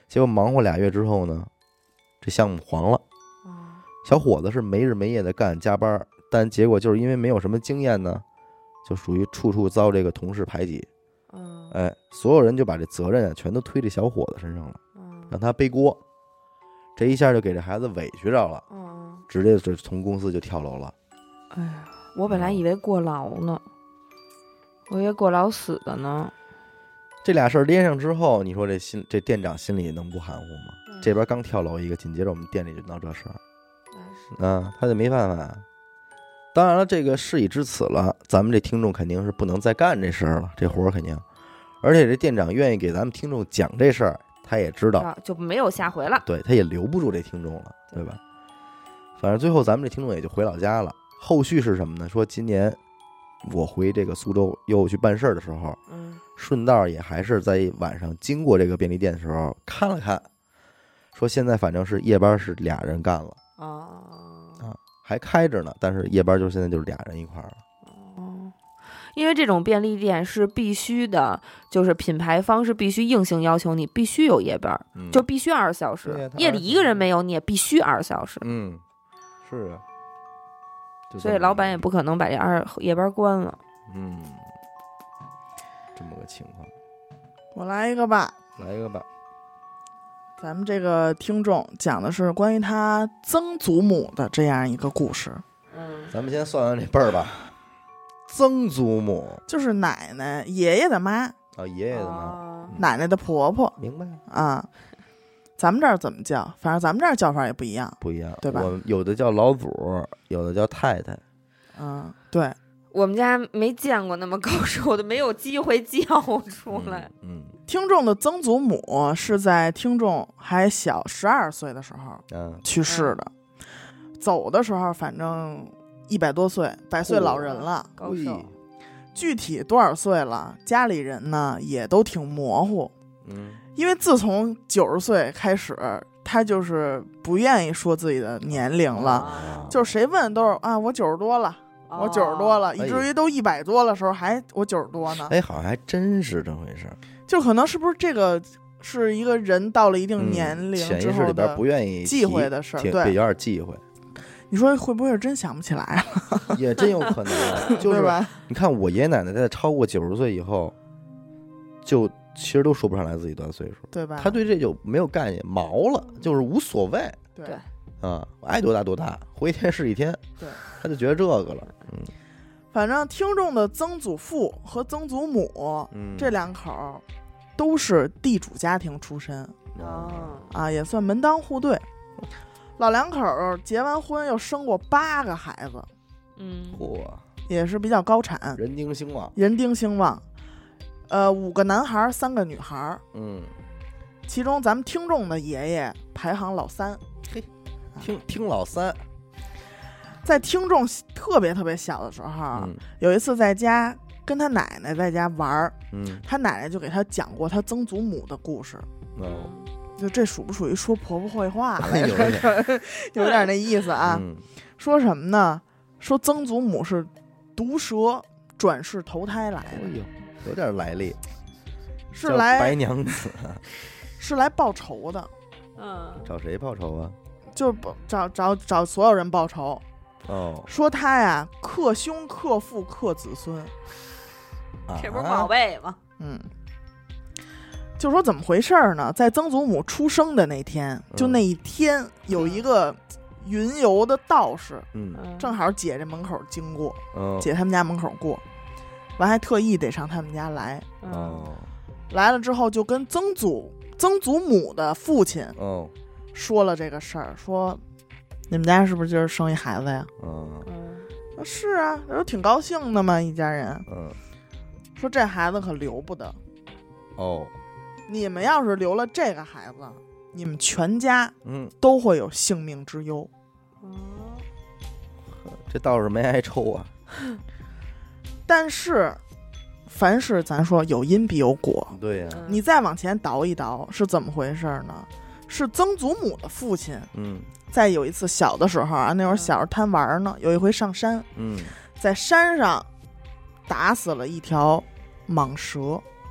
结果忙活俩月之后呢，这项目黄了。小伙子是没日没夜的干加班，但结果就是因为没有什么经验呢，就属于处处遭这个同事排挤。 嗯， 哎，所有人就把这责任啊全都推这小伙子身上了，让他背锅。这一下就给这孩子委屈着了， 嗯， 直接就从公司就跳楼了。 哎呀，我本来以为过劳呢，我以为过劳死的呢。 这俩事儿连上之后，你说这心这店长心里能不含糊吗？ 嗯、 这边刚跳楼一个，紧接着我们店里就闹这事儿。 嗯、 啊，他就没办法。当然了，这个事已至此了，咱们这听众肯定是不能再干这事儿了，这活儿肯定。而且这店长愿意给咱们听众讲这事儿，他也知道、 啊、就没有下回了。 对，他也留不住这听众了，对吧？反正最后咱们这听众也就回老家了。后续是什么呢？说今年我回这个苏州又去办事儿的时候， 嗯， 顺道也还是在晚上经过这个便利店的时候看了看，说现在反正是夜班是俩人干了。 哦， 啊，还开着呢，但是夜班就现在就是俩人一块儿了。 哦，因为这种便利店是必须的，就是品牌方是必须硬性要求你必须有夜班，嗯、就必须二十小时。夜里一个人没有，你也必须二十小时。 嗯，是啊。 所以老板也不可能把这二夜班关了。 嗯，这么个情况。 我来一个吧， 来一个吧。 咱们这个听众讲的是关于他曾祖母的这样一个故事。 嗯， 咱们先算算这辈儿吧。曾祖母就是奶奶、爷爷的妈啊，爷爷的妈、 哦， 奶奶的婆婆。 明白啊？咱们这儿怎么叫？反正咱们这儿叫法也不一样， 不一样， 对吧？ 我有的叫老祖，有的叫太太。 嗯，对。 我们家没见过那么高寿的，没有机会叫出来。 嗯，嗯听众的曾祖母是在听众还小十二岁的时候去世的，嗯、走的时候反正一百多岁，百岁老人了。 高寿， 具体多少岁了，家里人呢也都挺模糊。 嗯， 因为自从九十岁开始，他就是不愿意说自己的年龄了，哦、就是谁问都是啊，我九十多了。我九十多了， 哦、 以至于都一百多了时候还我九十多呢。 哎，好像还真是这回事。 就可能是不是这个是一个人到了一定年龄之后的不愿意忌讳的事儿，对， 有点忌讳。 你说会不会是真想不起来了？ 也真有可能，就是吧？你看我爷爷奶奶在超过九十岁以后，就其实都说不上来自己多大岁数， 对吧？ 他对这就没有概念，毛了，就是无所谓。 对。 啊，爱多大多大，活一天是一天。 对， 他就觉得这个了。嗯， 反正听众的曾祖父和曾祖母， 嗯， 这两口都是地主家庭出身。 哦， 啊，也算门当户对。老两口结完婚又生过八个孩子。 嗯， 嚯， 也是比较高产， 人丁兴旺， 人丁兴旺。呃，五个男孩，三个女孩。 嗯， 其中咱们听众的爷爷排行老三。 嘿。听听老三， 在听众特别特别小的时候，嗯、有一次在家跟他奶奶在家玩， 嗯， 他奶奶就给他讲过他曾祖母的故事。 哦， 就这属不属于说婆婆坏话来着？有点那意思啊。 嗯、 说什么呢？说曾祖母是毒蛇转世投胎来的。 哎呦，有点来历， 是来白娘子， 是来报仇的。 嗯， 找谁报仇啊？ 就是找找找所有人报仇。 哦， 说他呀克兄克父克子孙， 这不是宝贝吗？ 嗯，就说怎么回事呢？在曾祖母出生的那天， 嗯、 就那一天，有一个云游的道士， 嗯， 正好姐这门口经过， 嗯、 姐他们家门口过，完还特意得上他们家来。 哦， 来了之后就跟曾祖曾祖母的父亲， 哦。 说了这个事儿，说你们家是不是今儿生一孩子呀？ 嗯， 说是啊，都挺高兴的嘛，一家人。 嗯， 说这孩子可留不得。 哦， 你们要是留了这个孩子，你们全家嗯都会有性命之忧。 哦、 嗯，这倒是没挨抽啊。 但是，凡事咱说有因必有果。 对呀、啊， 你再往前倒一倒，是怎么回事呢？是曾祖母的父亲， 嗯， 在有一次小的时候啊，那会儿小时候贪玩呢，有一回上山， 嗯， 在山上打死了一条蟒蛇，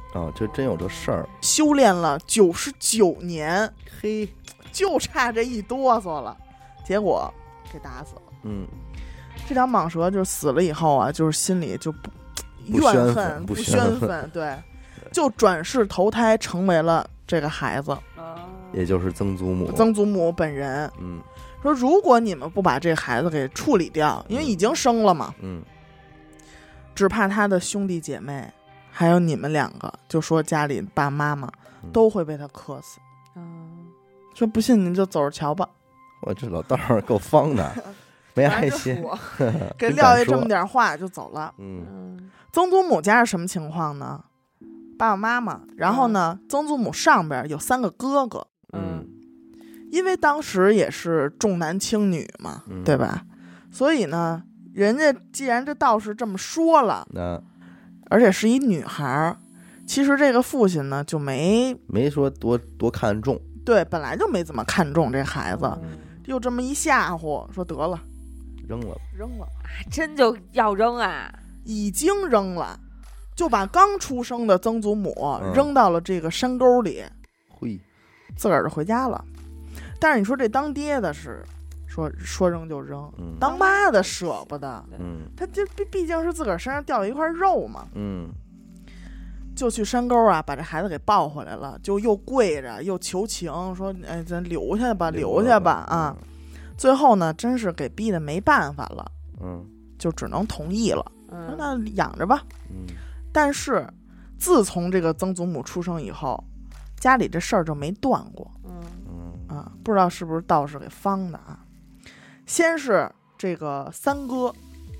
哦，这真有这事儿， 修炼了九十九年， 嘿， 就差这一哆嗦了，结果给打死了。 嗯， 这条蟒蛇就死了以后啊，就是心里就不怨恨不宣愤，对，就转世投胎成为了这个孩子， 也就是曾祖母， 曾祖母本人。 嗯， 说如果你们不把这孩子给处理掉，因为已经生了嘛， 嗯， 只怕他的兄弟姐妹还有你们两个，就说家里爸妈妈都会被他克死。 嗯， 说不信你就走着瞧吧。 我这老道儿够方的，没爱心， 给撂下这么点话就走了。 嗯， 曾祖母家是什么情况呢？爸爸妈妈，然后呢，嗯、曾祖母上边有三个哥哥。 嗯， 因为当时也是重男轻女嘛， 嗯、 对吧？所以呢，人家既然这道士这么说了， 那而且是一女孩，其实这个父亲呢就没没说多多看重， 对，本来就没怎么看重这孩子， 嗯、 又这么一吓唬，说得了， 扔了， 扔了， 真就要扔啊？ 已经扔了，就把刚出生的曾祖母扔到了这个山沟里， 嘿、嗯， 自个儿就回家了。但是你说这当爹的是说说扔就扔， 嗯、 当妈的舍不得， 嗯， 他这毕毕竟是自个儿身上掉了一块肉嘛， 嗯， 就去山沟啊，把这孩子给抱回来了，就又跪着又求情，说哎咱留下吧，留下吧啊！ 嗯、 最后呢，真是给逼得没办法了， 嗯， 就只能同意了， 嗯、 说那养着吧， 嗯。 但是自从这个曾祖母出生以后，家里这事儿就没断过， 嗯啊，不知道是不是道士给方的啊？先是这个三哥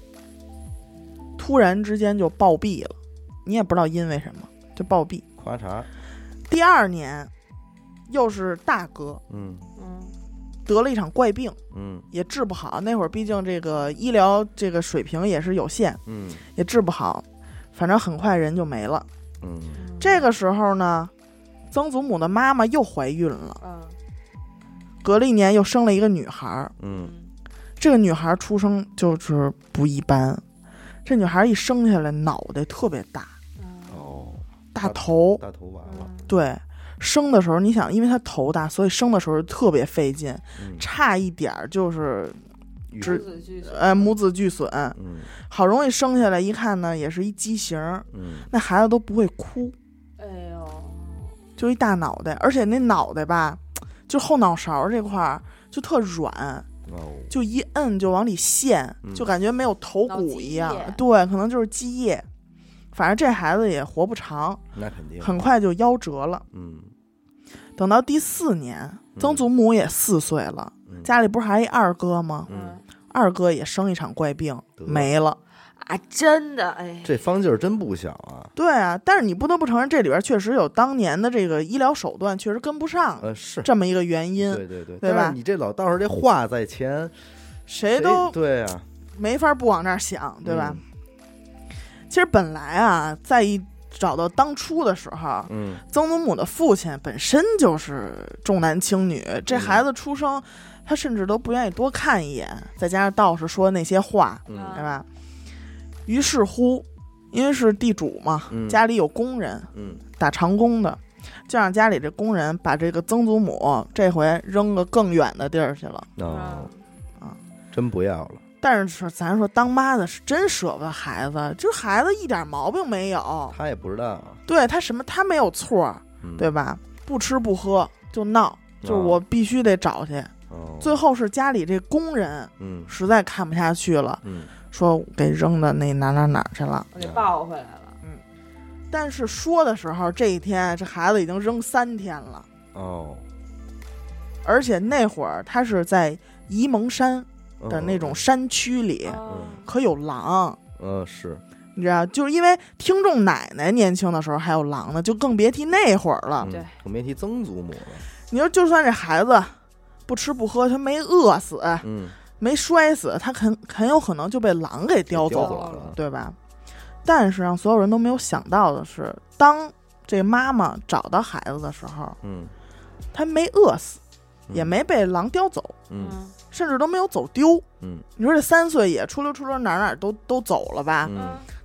突然之间就暴毙了，你也不知道因为什么就暴毙。 夸嚓。 第二年又是大哥， 嗯嗯， 得了一场怪病， 嗯， 也治不好。那会儿毕竟这个医疗这个水平也是有限， 嗯， 也治不好。反正很快人就没了。 嗯， 这个时候呢，曾祖母的妈妈又怀孕了， 嗯， 隔了一年又生了一个女孩。 嗯， 这个女孩出生就是不一般，这女孩一生下来脑袋特别大， 哦， 大头， 大头娃娃。 对，生的时候你想，因为她头大，所以生的时候特别费劲， 嗯、 差一点就是。 只呃母子俱损， 嗯， 好容易生下来一看呢，也是一畸形， 嗯， 那孩子都不会哭， 哎呦， 就一大脑袋，而且那脑袋吧，就后脑勺这块儿就特软， 哦， 就一摁就往里陷， 嗯、 就感觉没有头骨一样，对，可能就是积液，反正这孩子也活不长， 那肯定， 很快就夭折了， 嗯， 等到第四年，曾祖母也四岁了， 嗯、 家里不是还一二哥吗？ 嗯。 二哥也生一场怪病没了啊！真的哎， 这方劲儿真不小啊！ 对啊，但是你不得不承认，这里边确实有当年的这个医疗手段确实跟不上， 呃，是这么一个原因。 对对对， 对吧？ 你这老道士这话在前， 谁都对啊， 没法不往那儿想，对吧？ 嗯、 其实本来啊，在一找到当初的时候， 嗯， 曾祖母的父亲本身就是重男轻女，这孩子出生。嗯，他甚至都不愿意多看一眼，再加上道士说那些话， 嗯、 对吧？于是乎，因为是地主嘛， 嗯、 家里有工人， 嗯， 打长工的，就让家里这工人把这个曾祖母这回扔个更远的地儿去了。 哦， 啊， 真不要了。 但是咱说当妈的是真舍不得孩子，这孩子一点毛病没有， 他也不知道， 对他什么他没有错， 嗯、 对吧？不吃不喝就闹，就是我必须得找去。 哦， 最后是家里这工人， 嗯， 实在看不下去了， 嗯， 说给扔到那哪哪哪去了， 我给抱回来了， 嗯。但是说的时候，这一天这孩子已经扔三天了， 哦， 而且那会儿他是在沂蒙山的那种山区里， 嗯、 可有狼， 嗯、呃，是， 你知道，就是因为听众奶奶年轻的时候还有狼呢，就更别提那会儿了， 对、嗯， 更别提曾祖母了。 你说，就算这孩子不吃不喝，他没饿死， 嗯， 没摔死，他很很有可能就被狼给叼走了，了对吧？但是让所有人都没有想到的是，当这妈妈找到孩子的时候， 嗯， 他没饿死， 嗯、 也没被狼叼走， 嗯， 甚至都没有走丢， 嗯， 你说这三岁也出溜出溜哪哪都都走了吧？ 嗯，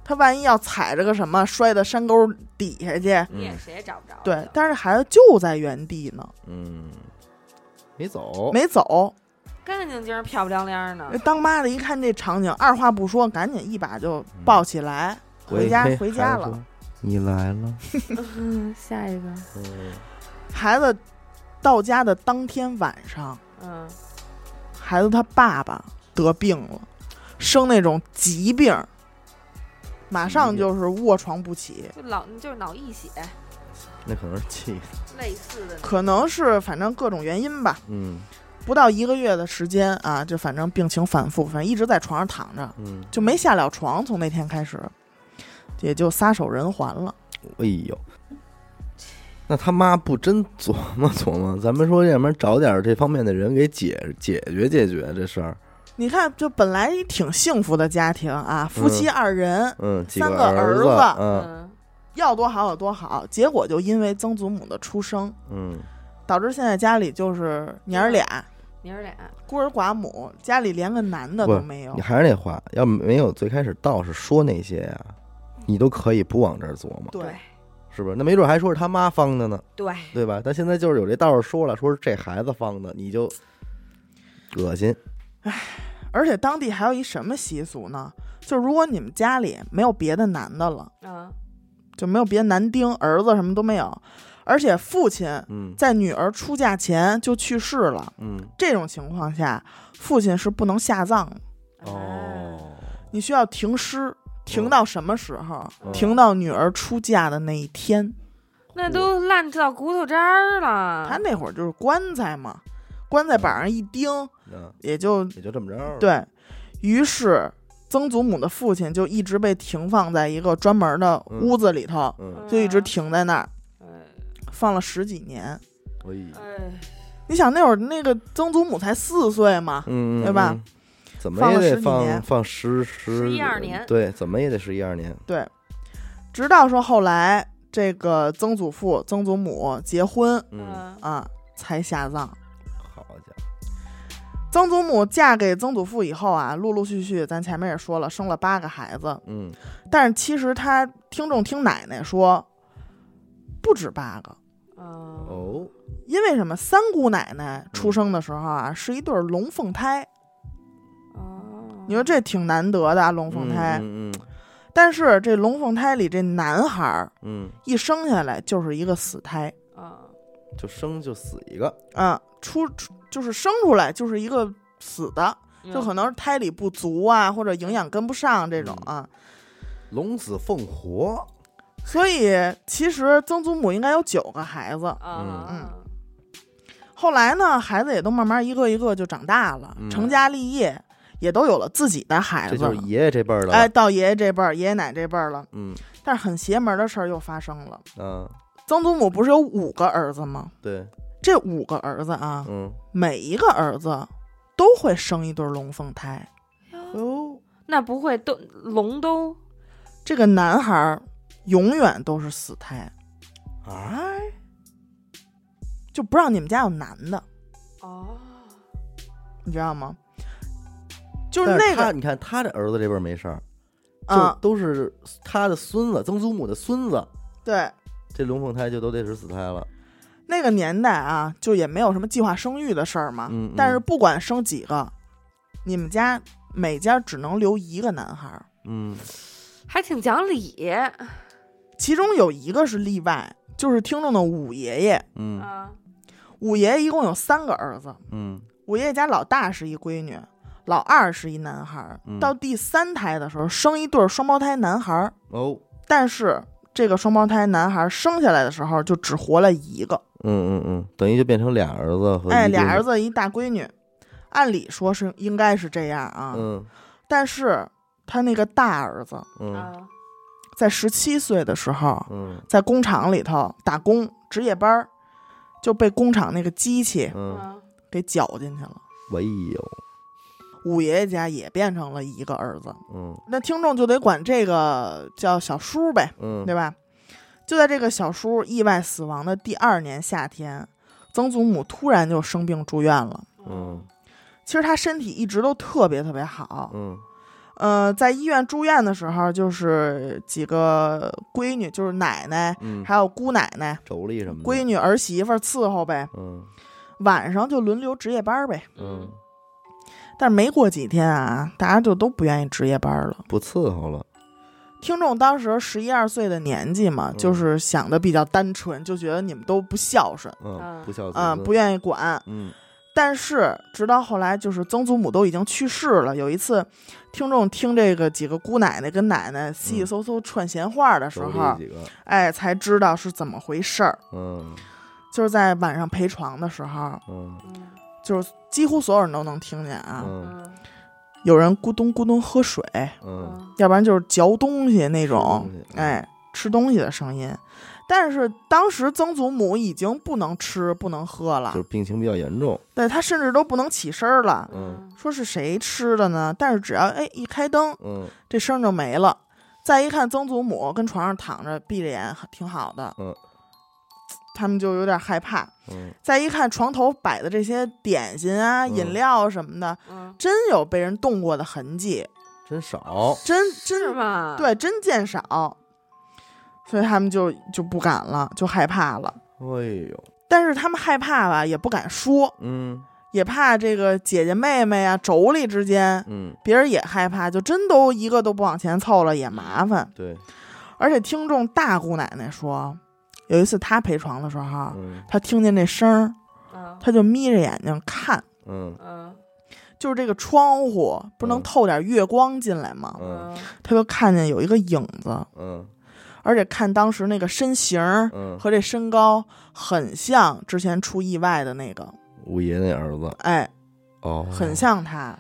他万一要踩着个什么摔到山沟底下去， 你也谁也找不着。 对，但是孩子就在原地呢， 嗯，没走， 没走， 干干净净、漂漂亮亮的。 当妈的一看这场景，二话不说，赶紧一把就抱起来， 嗯、 回家回回家了。 你来了， 嗯，下一个， 嗯， 孩子到家的当天晚上， 嗯， 孩子他爸爸得病了，生那种疾病。马上就是卧床不起， 就脑就是脑溢血， 那可能是气， 类似的， 可能是反正各种原因吧。 嗯， 不到一个月的时间啊，就反正病情反复，反正一直在床上躺着， 嗯， 就没下了床。从那天开始，也就撒手人寰了。 哎呦，那他妈不真琢磨琢磨，咱们说要不然找点这方面的人给解解决解决这事儿。 你看，就本来挺幸福的家庭啊，夫妻二人， 嗯，嗯三个儿子， 嗯，要多好有多好，结果就因为曾祖母的出生， 嗯， 导致现在家里就是娘儿俩， 娘儿俩， 孤儿寡母，家里连个男的都没有。 你还是那话，要没有最开始道士说那些呀、啊，你都可以不往这儿琢磨， 对， 是不是？那没准还说是他妈方的呢， 对， 对吧？但现在就是有这道士说了，说是这孩子方的，你就恶心。 唉。而且当地还有一什么习俗呢？就如果你们家里没有别的男的了， 嗯， 就没有别的男丁、儿子什么都没有，而且父亲在女儿出嫁前就去世了， 嗯， 这种情况下，父亲是不能下葬的。 哦， 你需要停尸，停到什么时候？ 嗯、 停到女儿出嫁的那一天。 那都烂到骨头渣儿了。 他那会儿就是棺材嘛。棺材板上一钉、 嗯， 也就也就这么着。 对于是，曾祖母的父亲就一直被停放在一个专门的屋子里头， 嗯嗯、 就一直停在那儿、 嗯， 放了十几年。 哎， 你想那会儿那个曾祖母才四岁嘛， 嗯， 对吧？ 怎么也得放放放十十十一二年， 对，怎么也得十一二年。 对，直到说后来这个曾祖父、曾祖母结婚， 嗯啊，才下葬。 好家伙！ 曾祖母嫁给曾祖父以后啊，陆陆续续，咱前面也说了，生了八个孩子。 嗯， 但是其实他听众听奶奶说，不止八个。 哦， 因为什么？三姑奶奶出生的时候啊，嗯、是一对龙凤胎。 哦， 你说这挺难得的啊，龙凤胎。 嗯嗯。 但是这龙凤胎里这男孩， 嗯， 一生下来就是一个死胎。 啊， 就生就死一个。 嗯，出就是生出来就是一个死的， 嗯、 就可能是胎里不足啊，或者营养跟不上这种啊。 龙死凤活。 所以其实曾祖母应该有九个孩子。 嗯嗯。后来呢，孩子也都慢慢一个一个就长大了， 嗯、 成家立业，也都有了自己的孩子。 这就是爷爷这辈儿了。 哎，到爷爷这辈儿，爷爷奶这辈儿了。 嗯。 但是很邪门的事儿又发生了。 嗯。 曾祖母不是有五个儿子吗？ 对。 这五个儿子啊， 嗯， 每一个儿子都会生一对龙凤胎。 哦，那不会都龙都？ 这个男孩永远都是死胎。 哎， 就不让你们家有男的。 哦， 你知道吗？就是那个， 你看他的儿子这辈儿没事儿， 啊， 就都是他的孙子，曾祖母的孙子。 对， 这龙凤胎就都得是死胎了。 那个年代啊，就也没有什么计划生育的事儿嘛。 嗯嗯、 但是不管生几个，你们家每家只能留一个男孩。 嗯， 还挺讲理。 其中有一个是例外，就是听众的五爷爷。 嗯， 五爷爷一共有三个儿子。 嗯， 五爷爷家老大是一闺女，老二是一男孩。 嗯、 到第三胎的时候，生一对双胞胎男孩。 哦， 但是这个双胞胎男孩生下来的时候就只活了一个。 嗯嗯嗯，等于就变成俩儿子和哎，俩儿子一大闺女，按理说是应该是这样啊。 嗯， 但是他那个大儿子， 嗯， 在十七岁的时候， 嗯， 在工厂里头打工值夜班，就被工厂那个机器嗯给绞进去了。 哎呦， 五爷爷家也变成了一个儿子。 嗯， 那听众就得管这个叫小叔呗， 嗯， 对吧？就在这个小叔意外死亡的第二年夏天，曾祖母突然就生病住院了。 嗯， 其实他身体一直都特别特别好。 嗯， 呃，在医院住院的时候，就是几个闺女，就是奶奶， 嗯， 还有姑奶奶、 妯娌什么的， 闺女儿媳妇伺候呗。 嗯， 晚上就轮流值夜班呗。 嗯， 但是没过几天啊，大家就都不愿意值夜班了， 不伺候了。 听众当时十一二岁的年纪嘛， 嗯、 就是想的比较单纯，就觉得你们都不孝顺， 嗯，不孝顺， 嗯，不愿意管， 嗯。 但是直到后来，就是曾祖母都已经去世了。有一次，听众听这个几个姑奶奶跟奶奶稀稀嗖嗖串闲话的时候， 嗯、 哎，才知道是怎么回事儿。 嗯， 就是在晚上陪床的时候， 嗯， 就是几乎所有人都能听见啊。 嗯， 有人咕咚咕咚喝水， 嗯， 要不然就是嚼东西那种， 嗯、 哎，吃东西的声音。但是当时曾祖母已经不能吃不能喝了， 就是病情比较严重， 对，她甚至都不能起身了。 嗯， 说是谁吃的呢？但是只要哎一开灯， 嗯， 这声就没了。再一看曾祖母跟床上躺着，闭着眼，挺好的， 嗯， 他们就有点害怕。 嗯， 再一看床头摆的这些点心啊、 嗯、 饮料什么的， 嗯， 真有被人动过的痕迹， 真少， 真真是吗？ 对，真见少。所以他们就就不敢了，就害怕了。 哎呦！ 但是他们害怕吧，也不敢说， 嗯， 也怕这个姐姐妹妹啊、妯娌之间， 嗯， 别人也害怕，就真都一个都不往前凑了，也麻烦。 对。 而且听众大姑奶奶说，有一次她陪床的时候， 嗯， 她听见那声儿， 嗯， 她就眯着眼睛看， 嗯嗯， 就是这个窗户不能透点月光进来吗？ 嗯， 她就看见有一个影子， 嗯。 而且看当时那个身形和这身高，很像之前出意外的那个五爷那儿子， 哎， 哦， 很像他。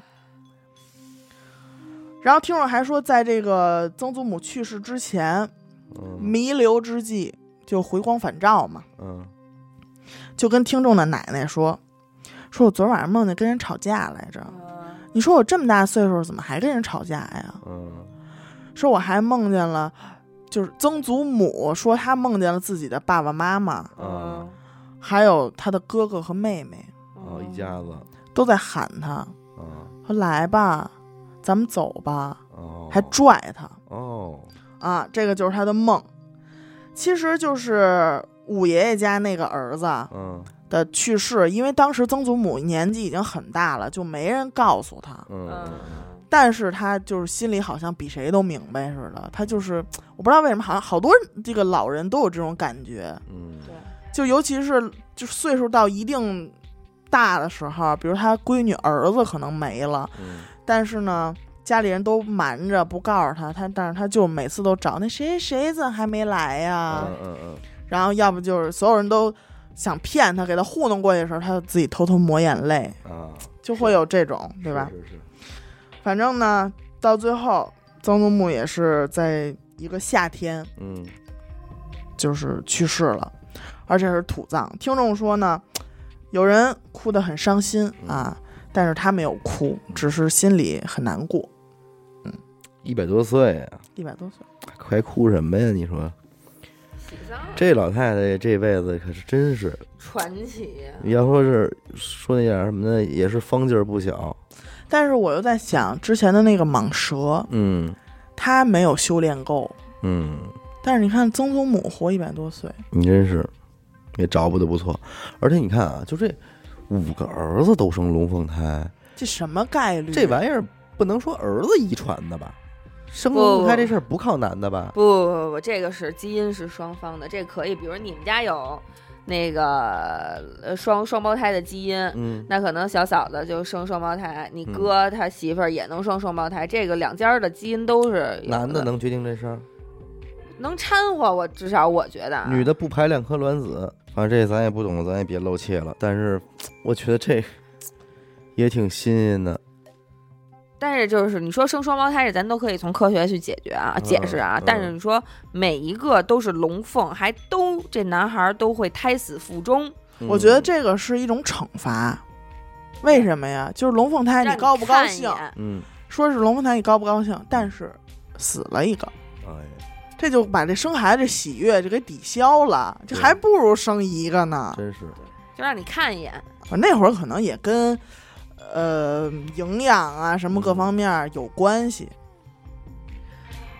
然后听众还说，在这个曾祖母去世之前， 嗯、 弥留之际就回光返照嘛， 嗯， 就跟听众的奶奶说，说我昨晚上梦见跟人吵架来着， 嗯、 你说我这么大岁数怎么还跟人吵架呀？ 嗯， 说我还梦见了。就是曾祖母说，她梦见了自己的爸爸妈妈， 嗯， 还有她的哥哥和妹妹， 哦，一家子都在喊她， 嗯， 说来吧，咱们走吧， 哦， 还拽她， 哦， 啊，这个就是她的梦，其实就是五爷爷家那个儿子嗯的去世，因为当时曾祖母年纪已经很大了，就没人告诉他， 嗯。 但是他就是心里好像比谁都明白似的，他就是我不知道为什么，好像好多这个老人都有这种感觉， 嗯， 对， 就尤其是就岁数到一定大的时候，比如他闺女儿子可能没了， 嗯， 但是呢家里人都瞒着不告诉他，他但是他就每次都找那谁谁怎么还没来呀， 嗯嗯嗯， 然后要不就是所有人都想骗他，给他糊弄过去的时候，他就自己偷偷抹眼泪啊， 就会有这种，对吧？ 是是是。 反正呢，到最后，曾祖母也是在一个夏天， 嗯， 就是去世了，而且是土葬。听众说呢，有人哭得很伤心啊，嗯、但是他没有哭，只是心里很难过。嗯， 一百多岁啊， 一百多岁， 还哭什么呀？你说，这老太太这辈子可是真是传奇。 你要说是说那点什么的，也是方劲儿不小。 但是我又在想，之前的那个蟒蛇， 嗯， 他没有修炼够， 嗯， 但是你看曾祖母活一百多岁， 你真是也找补的不错。而且你看啊，就这五个儿子都生龙凤胎， 这什么概率？ 这玩意儿不能说儿子遗传的吧？生龙凤胎这事儿不靠男的吧？ 不不不不，这个是基因是双方的，这可以。比如你们家有那个呃双双胞胎的基因， 嗯， 那可能小嫂子就生双胞胎，你哥他媳妇儿也能生双胞胎，嗯、这个两家的基因都是有的。 男的能决定这事儿？ 能掺和，我至少我觉得、啊。 女的不排两颗卵子，反正这咱也不懂，咱也别露怯了。但是我觉得这也挺新鲜的。 但是就是你说生双胞胎，咱都可以从科学去解决啊、解释啊。 嗯、 但是你说每一个都是龙凤，还都这男孩都会胎死腹中， 我觉得这个是一种惩罚。为什么呀？就是龙凤胎你高不高兴？ 嗯， 说是龙凤胎你高不高兴？但是死了一个， 哎， 这就把这生孩子喜悦就给抵消了，这还不如生一个呢。 真是， 就让你看一眼。 我那会儿可能也跟。呃，营养啊，什么各方面有关系，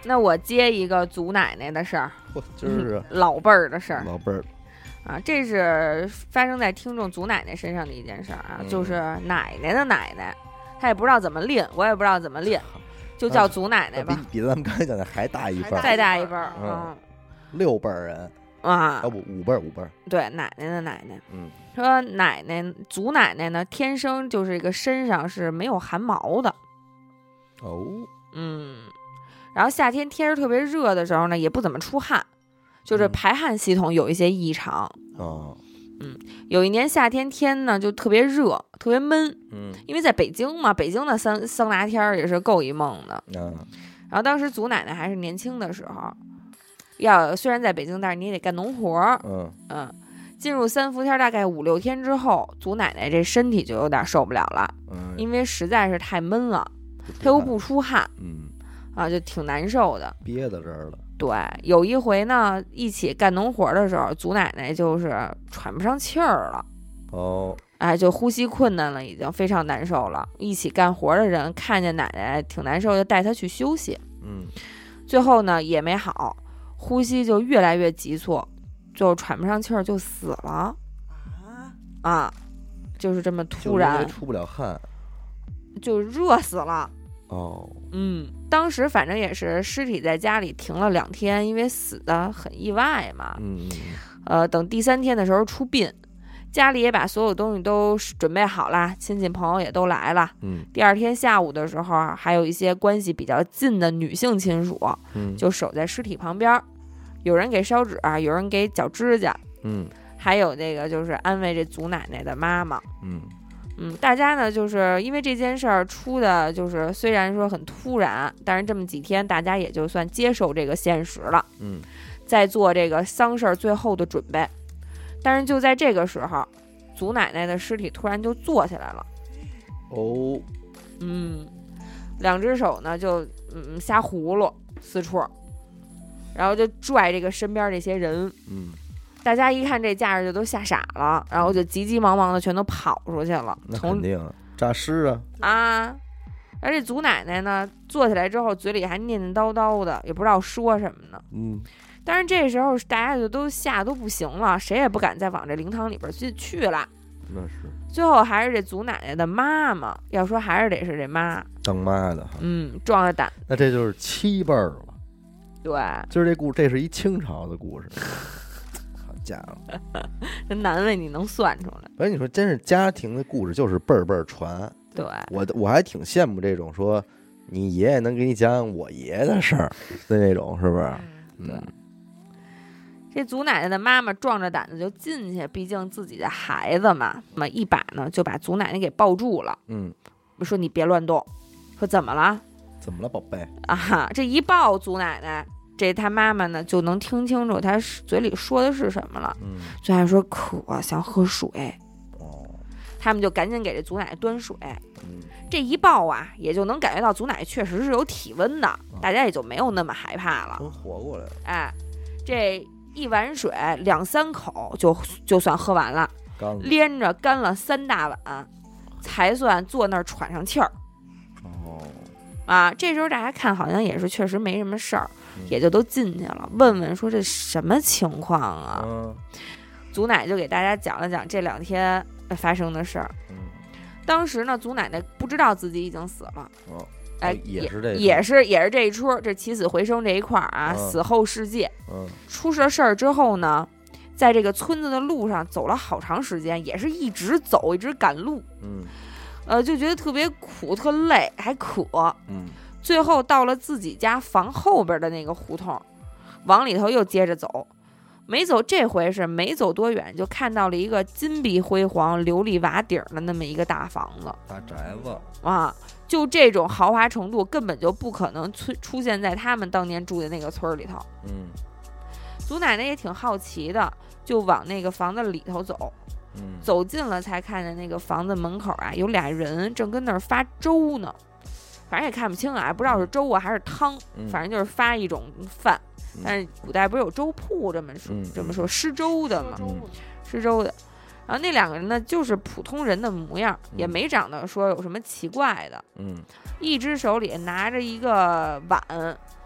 那我接一个祖奶奶的事儿， 就是老辈儿的事儿， 老辈儿啊，这是发生在听众祖奶奶身上的一件事儿啊， 嗯、 就是奶奶的奶奶，她也不知道怎么练，我也不知道怎么练，就叫祖奶奶吧， 比比咱们刚才讲的还大一辈儿， 再大一辈儿， 嗯， 嗯六辈儿人啊， 要不五辈儿五辈儿， 对，奶奶的奶奶， 嗯， 说奶奶祖奶奶呢，天生就是一个身上是没有汗毛的， 哦， 嗯，然后夏天天儿特别热的时候呢，也不怎么出汗。就是排汗系统有一些异常， 哦， 嗯，有一年夏天天呢就特别热，特别闷， 嗯， 因为在北京嘛，北京的桑桑拿天儿也是够一梦的， 嗯， 然后当时祖奶奶还是年轻的时候，要虽然在北京，但是你也得干农活儿， 嗯嗯，进入三伏天大概五六天之后，祖奶奶这身体就有点受不了了， 嗯， 因为实在是太闷了，她又不出汗， 嗯， 啊，就挺难受的， 憋在这儿了。 对，有一回呢，一起干农活的时候，祖奶奶就是喘不上气儿了， 哦， 哎，就呼吸困难了，已经非常难受了。一起干活的人看见奶奶挺难受，就带她去休息。 嗯， 最后呢也没好，呼吸就越来越急促，最后喘不上气儿就死了。啊，就是这么突然， 出不了汗， 就热死了。 哦， 嗯，当时反正也是尸体在家里停了两天，因为死的很意外嘛。 嗯， 呃，等第三天的时候出殡，家里也把所有东西都准备好了，亲戚朋友也都来了。 嗯， 第二天下午的时候，还有一些关系比较近的女性亲属， 嗯， 就守在尸体旁边，有人给烧纸，有人给脚指甲， 嗯， 还有这个就是安慰这祖奶奶的妈妈。 嗯。 嗯，大家呢，就是因为这件事儿出的，就是虽然说很突然，但是这么几天，大家也就算接受这个现实了。 嗯， 在做这个丧事儿最后的准备。但是就在这个时候，祖奶奶的尸体突然就坐起来了。 哦， 嗯，两只手呢就嗯瞎葫芦四处，然后就拽这个身边这些人。 嗯。 大家一看这架势就都吓傻了，然后就急急忙忙的全都跑出去了。 那肯定诈尸啊！ 啊！而且祖奶奶呢，坐起来之后嘴里还念念叨叨的，也不知道说什么呢。 嗯。 但是这时候大家就都吓都不行了，谁也不敢再往这灵堂里边去去了。 那是。 最后还是这祖奶奶的妈妈，要说还是得是这妈当妈的哈。 嗯，壮着胆。 那这就是七辈儿了。 对。 今儿这故这是一清朝的故事。家伙， 真难为你能算出来。 反正你说，真是家庭的故事就是辈儿辈儿传。 对， 我我还挺羡慕这种说你爷爷能给你讲讲我爷爷的事儿的那种，是不是？ 嗯、对。这祖奶奶的妈妈壮着胆子就进去，毕竟自己的孩子嘛，那么一把呢就把祖奶奶给抱住了。 嗯， 说你别乱动。说怎么了？ 怎么了，宝贝？ 啊，这一抱祖奶奶。这他妈妈呢就能听清楚他嘴里说的是什么了， 嗯， 最后说渴，想喝水。 哦， 他们就赶紧给这祖奶奶端水。 嗯， 这一抱啊，也就能感觉到祖奶奶确实是有体温的， 嗯、 大家也就没有那么害怕了， 真活过来了。 哎，这一碗水两三口就就算喝完了，连着干了三大碗，才算坐那儿喘上气儿。 哦， 啊，这时候大家看好像也是确实没什么事儿。 嗯、 也就都进去了，问问说这什么情况啊？ 嗯、 祖奶就给大家讲了讲这两天发生的事儿。 嗯、 当时呢，祖奶奶不知道自己已经死了。 哦， 哎， 也是这， 也是也是这一出，这起死回生这一块儿啊， 嗯、 死后世界。 嗯， 出事事儿之后呢，在这个村子的路上走了好长时间，也是一直走，一直赶路。 嗯， 呃，就觉得特别苦，特累，还渴。 嗯。 最后到了自己家房后边的那个胡同，往里头又接着走，没走这回是没走多远，就看到了一个金碧辉煌、琉璃瓦顶的那么一个大房子， 大宅子啊，就这种豪华程度，根本就不可能出出现在他们当年住的那个村里头。 嗯， 祖奶奶也挺好奇的，就往那个房子里头走。 嗯， 走近了才看见那个房子门口啊，有俩人正跟那儿发粥呢。反正也看不清啊，不知道是粥啊还是汤， 嗯、 反正就是发一种饭。 嗯、 但是古代不是有粥铺这么说、 嗯、 这么说施粥的吗？ 嗯、 施粥的。然后那两个人呢，就是普通人的模样， 嗯、 也没长得说有什么奇怪的。 嗯， 一只手里拿着一个碗，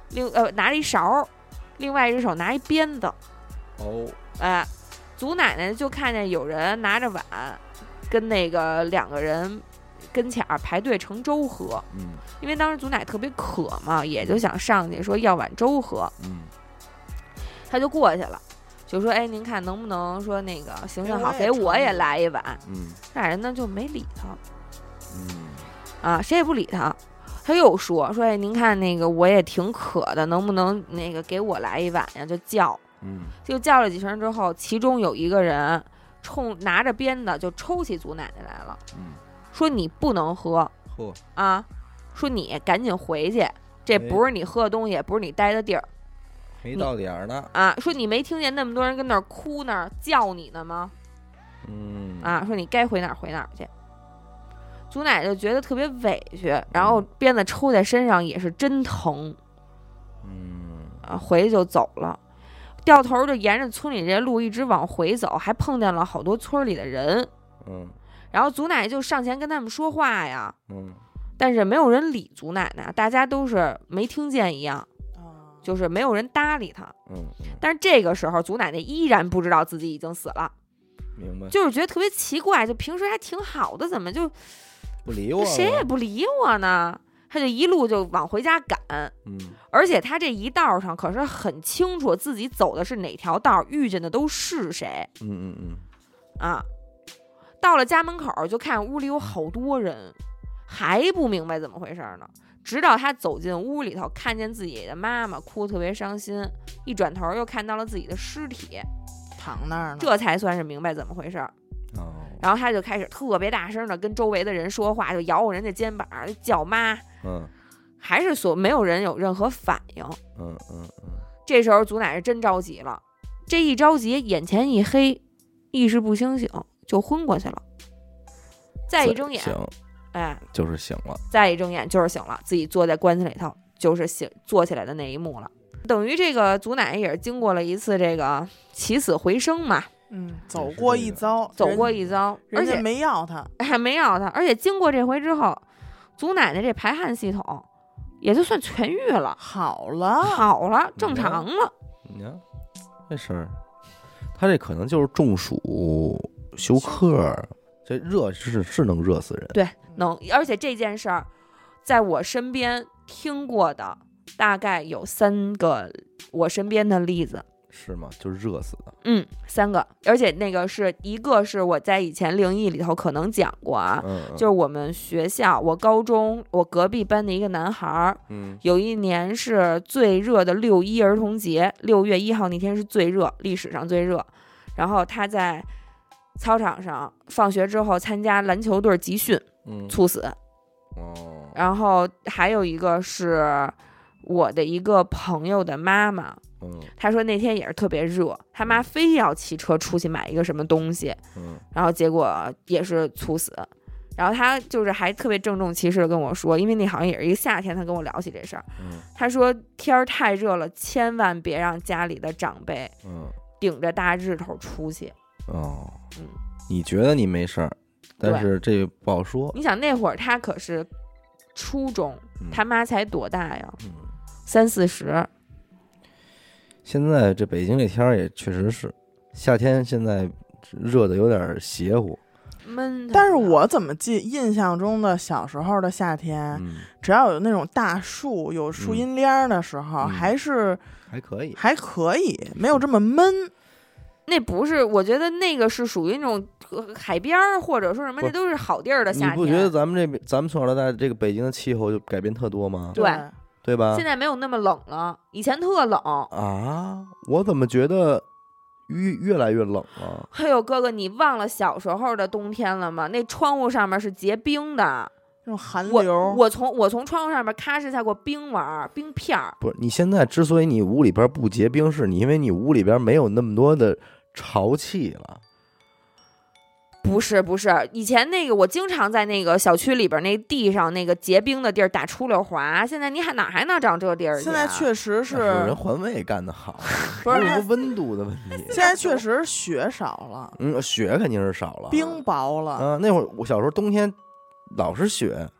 另呃拿着一勺，另外一只手拿一鞭子。 哦， 哎，祖奶奶就看见有人拿着碗，跟那个两个人跟前儿排队盛粥喝。 嗯， 因为当时祖奶特别渴嘛，也就想上去说要碗粥喝。 嗯， 他就过去了，就说：“哎，您看能不能说那个行行好， 给给我也来一碗。” 嗯， 俩人呢就没理他。 嗯， 啊，谁也不理他。他又说：“说哎，您看那个我也挺渴的，能不能那个给我来一碗呀？”就叫。 嗯， 就叫了几声之后，其中有一个人冲拿着鞭子就抽起祖奶奶来了， 嗯， 说你不能喝嚯啊，说你赶紧回去，这不是你喝的东西，不是你待的地儿， 没到点儿呢啊，说你没听见那么多人跟那儿哭那儿叫你呢吗？ 嗯， 啊，说你该回哪儿回哪儿去。祖奶奶就觉得特别委屈，然后鞭子抽在身上也是真疼， 嗯， 啊，回去就走了。掉头就沿着村里这些路一直往回走，还碰见了好多村里的人。 嗯， 然后祖奶奶就上前跟他们说话呀， 嗯， 但是没有人理祖奶奶，大家都是没听见一样，就是没有人搭理他。 嗯， 但是这个时候，祖奶奶依然不知道自己已经死了， 明白， 就是觉得特别奇怪，就平时还挺好的，怎么就不理我， 谁也不理我呢？他就一路就往回家赶， 嗯， 而且他这一道上可是很清楚自己走的是哪条道，遇见的都是谁， 嗯嗯嗯， 啊，到了家门口就看屋里有好多人，还不明白怎么回事呢。直到他走进屋里头，看见自己的妈妈哭特别伤心，一转头又看到了自己的尸体躺那儿呢， 这才算是明白怎么回事。 哦， 然后他就开始特别大声的跟周围的人说话，就摇我人家肩膀叫妈， 嗯， 还是所没有人有任何反应。 嗯嗯嗯， 这时候祖奶奶真着急了，这一着急眼前一黑，意识不清醒就昏过去了。再一睁眼， 醒， 哎， 就是醒了， 再一睁眼就是醒了，自己坐在棺材里头，就是醒坐起来的那一幕了。等于这个祖奶奶也是经过了一次这个起死回生嘛， 嗯，走过一遭， 走过一遭，而且没要他， 还没要他，而且经过这回之后，祖奶奶这排汗系统也就算痊愈了， 好了， 好了，正常了。 你看这事儿，他这可能就是中暑休克，这热是是能热死人， 对，能，而且这件事儿，在我身边听过的大概有三个我身边的例子。 是吗？就热死的， 嗯，三个，而且那个是一个是我在以前灵异里头可能讲过啊， 嗯， 就是我们学校，我高中我隔壁班的一个男孩， 嗯， 有一年是最热的六一儿童节，六月一号那天是最热，历史上最热，然后他在操场上放学之后参加篮球队集训， 嗯， 猝死。 哦， 然后还有一个是我的一个朋友的妈妈， 嗯， 她说那天也是特别热，他妈非要骑车出去买一个什么东西， 嗯， 然后结果也是猝死。然后他就是还特别郑重其事的跟我说，因为那好像也是一个夏天，他跟我聊起这事儿， 嗯， 他说天儿太热了，千万别让家里的长辈嗯， 顶着大日头出去。 哦， 嗯， 你觉得你没事儿，但是这不好说。 你想那会儿他可是初中， 嗯他妈才多大呀？ 嗯， 三四十。 现在这北京这天儿也确实是夏天，现在热的有点邪乎。 闷。 但是我怎么记印象中的小时候的夏天， 嗯， 只要有那种大树有树荫帘的时候， 嗯还是还可以， 还可以，没有这么闷。 那不是，我觉得那个是属于那种呃海边儿或者说什么， 不那都是好地儿的夏天。 你不觉得咱们这边咱们从小到大这个北京的气候就改变特多吗？ 对对吧？ 现在没有那么冷了，以前特冷。 啊，我怎么觉得越越来越冷了？ 嘿呦，哥哥，你忘了小时候的冬天了吗？那窗户上面是结冰的， 那种寒我流。 我从我从窗户上面咔哧下过冰丸儿、冰片儿。 不是，你现在之所以你屋里边不结冰，是你因为你屋里边没有那么多的潮气了。 不是不是，以前那个我经常在那个小区里边那地上那个结冰的地儿打出溜滑，现在你还哪还能长这地儿去啊？ 现在确实是人环卫干得好， 不是什么温度的问题。 现在确实雪少了， 嗯，雪肯定是少了， 冰薄了。 啊，那会儿我小时候冬天老是雪，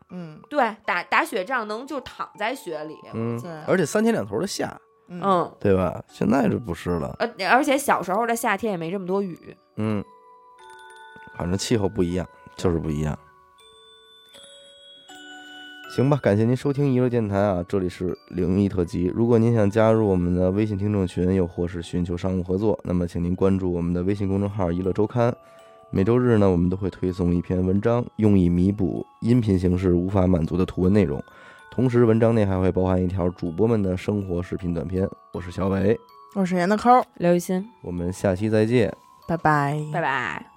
嗯， 对，打打雪仗能就躺在雪里， 嗯对， 而且三天两头的下， 嗯， 对吧？现在这不是了， 呃，而且小时候的夏天也没这么多雨。 嗯，反正气候不一样，就是不一样。行吧，感谢您收听娱乐电台啊，这里是灵异特辑。如果您想加入我们的微信听众群，又或是寻求商务合作，那么请您关注我们的微信公众号“娱乐周刊”。每周日呢，我们都会推送一篇文章，用以弥补音频形式无法满足的图文内容。同时，文章内还会包含一条主播们的生活视频短片。我是小伟， 我是严的抠， 刘雨欣， 我们下期再见， 拜拜， 拜拜。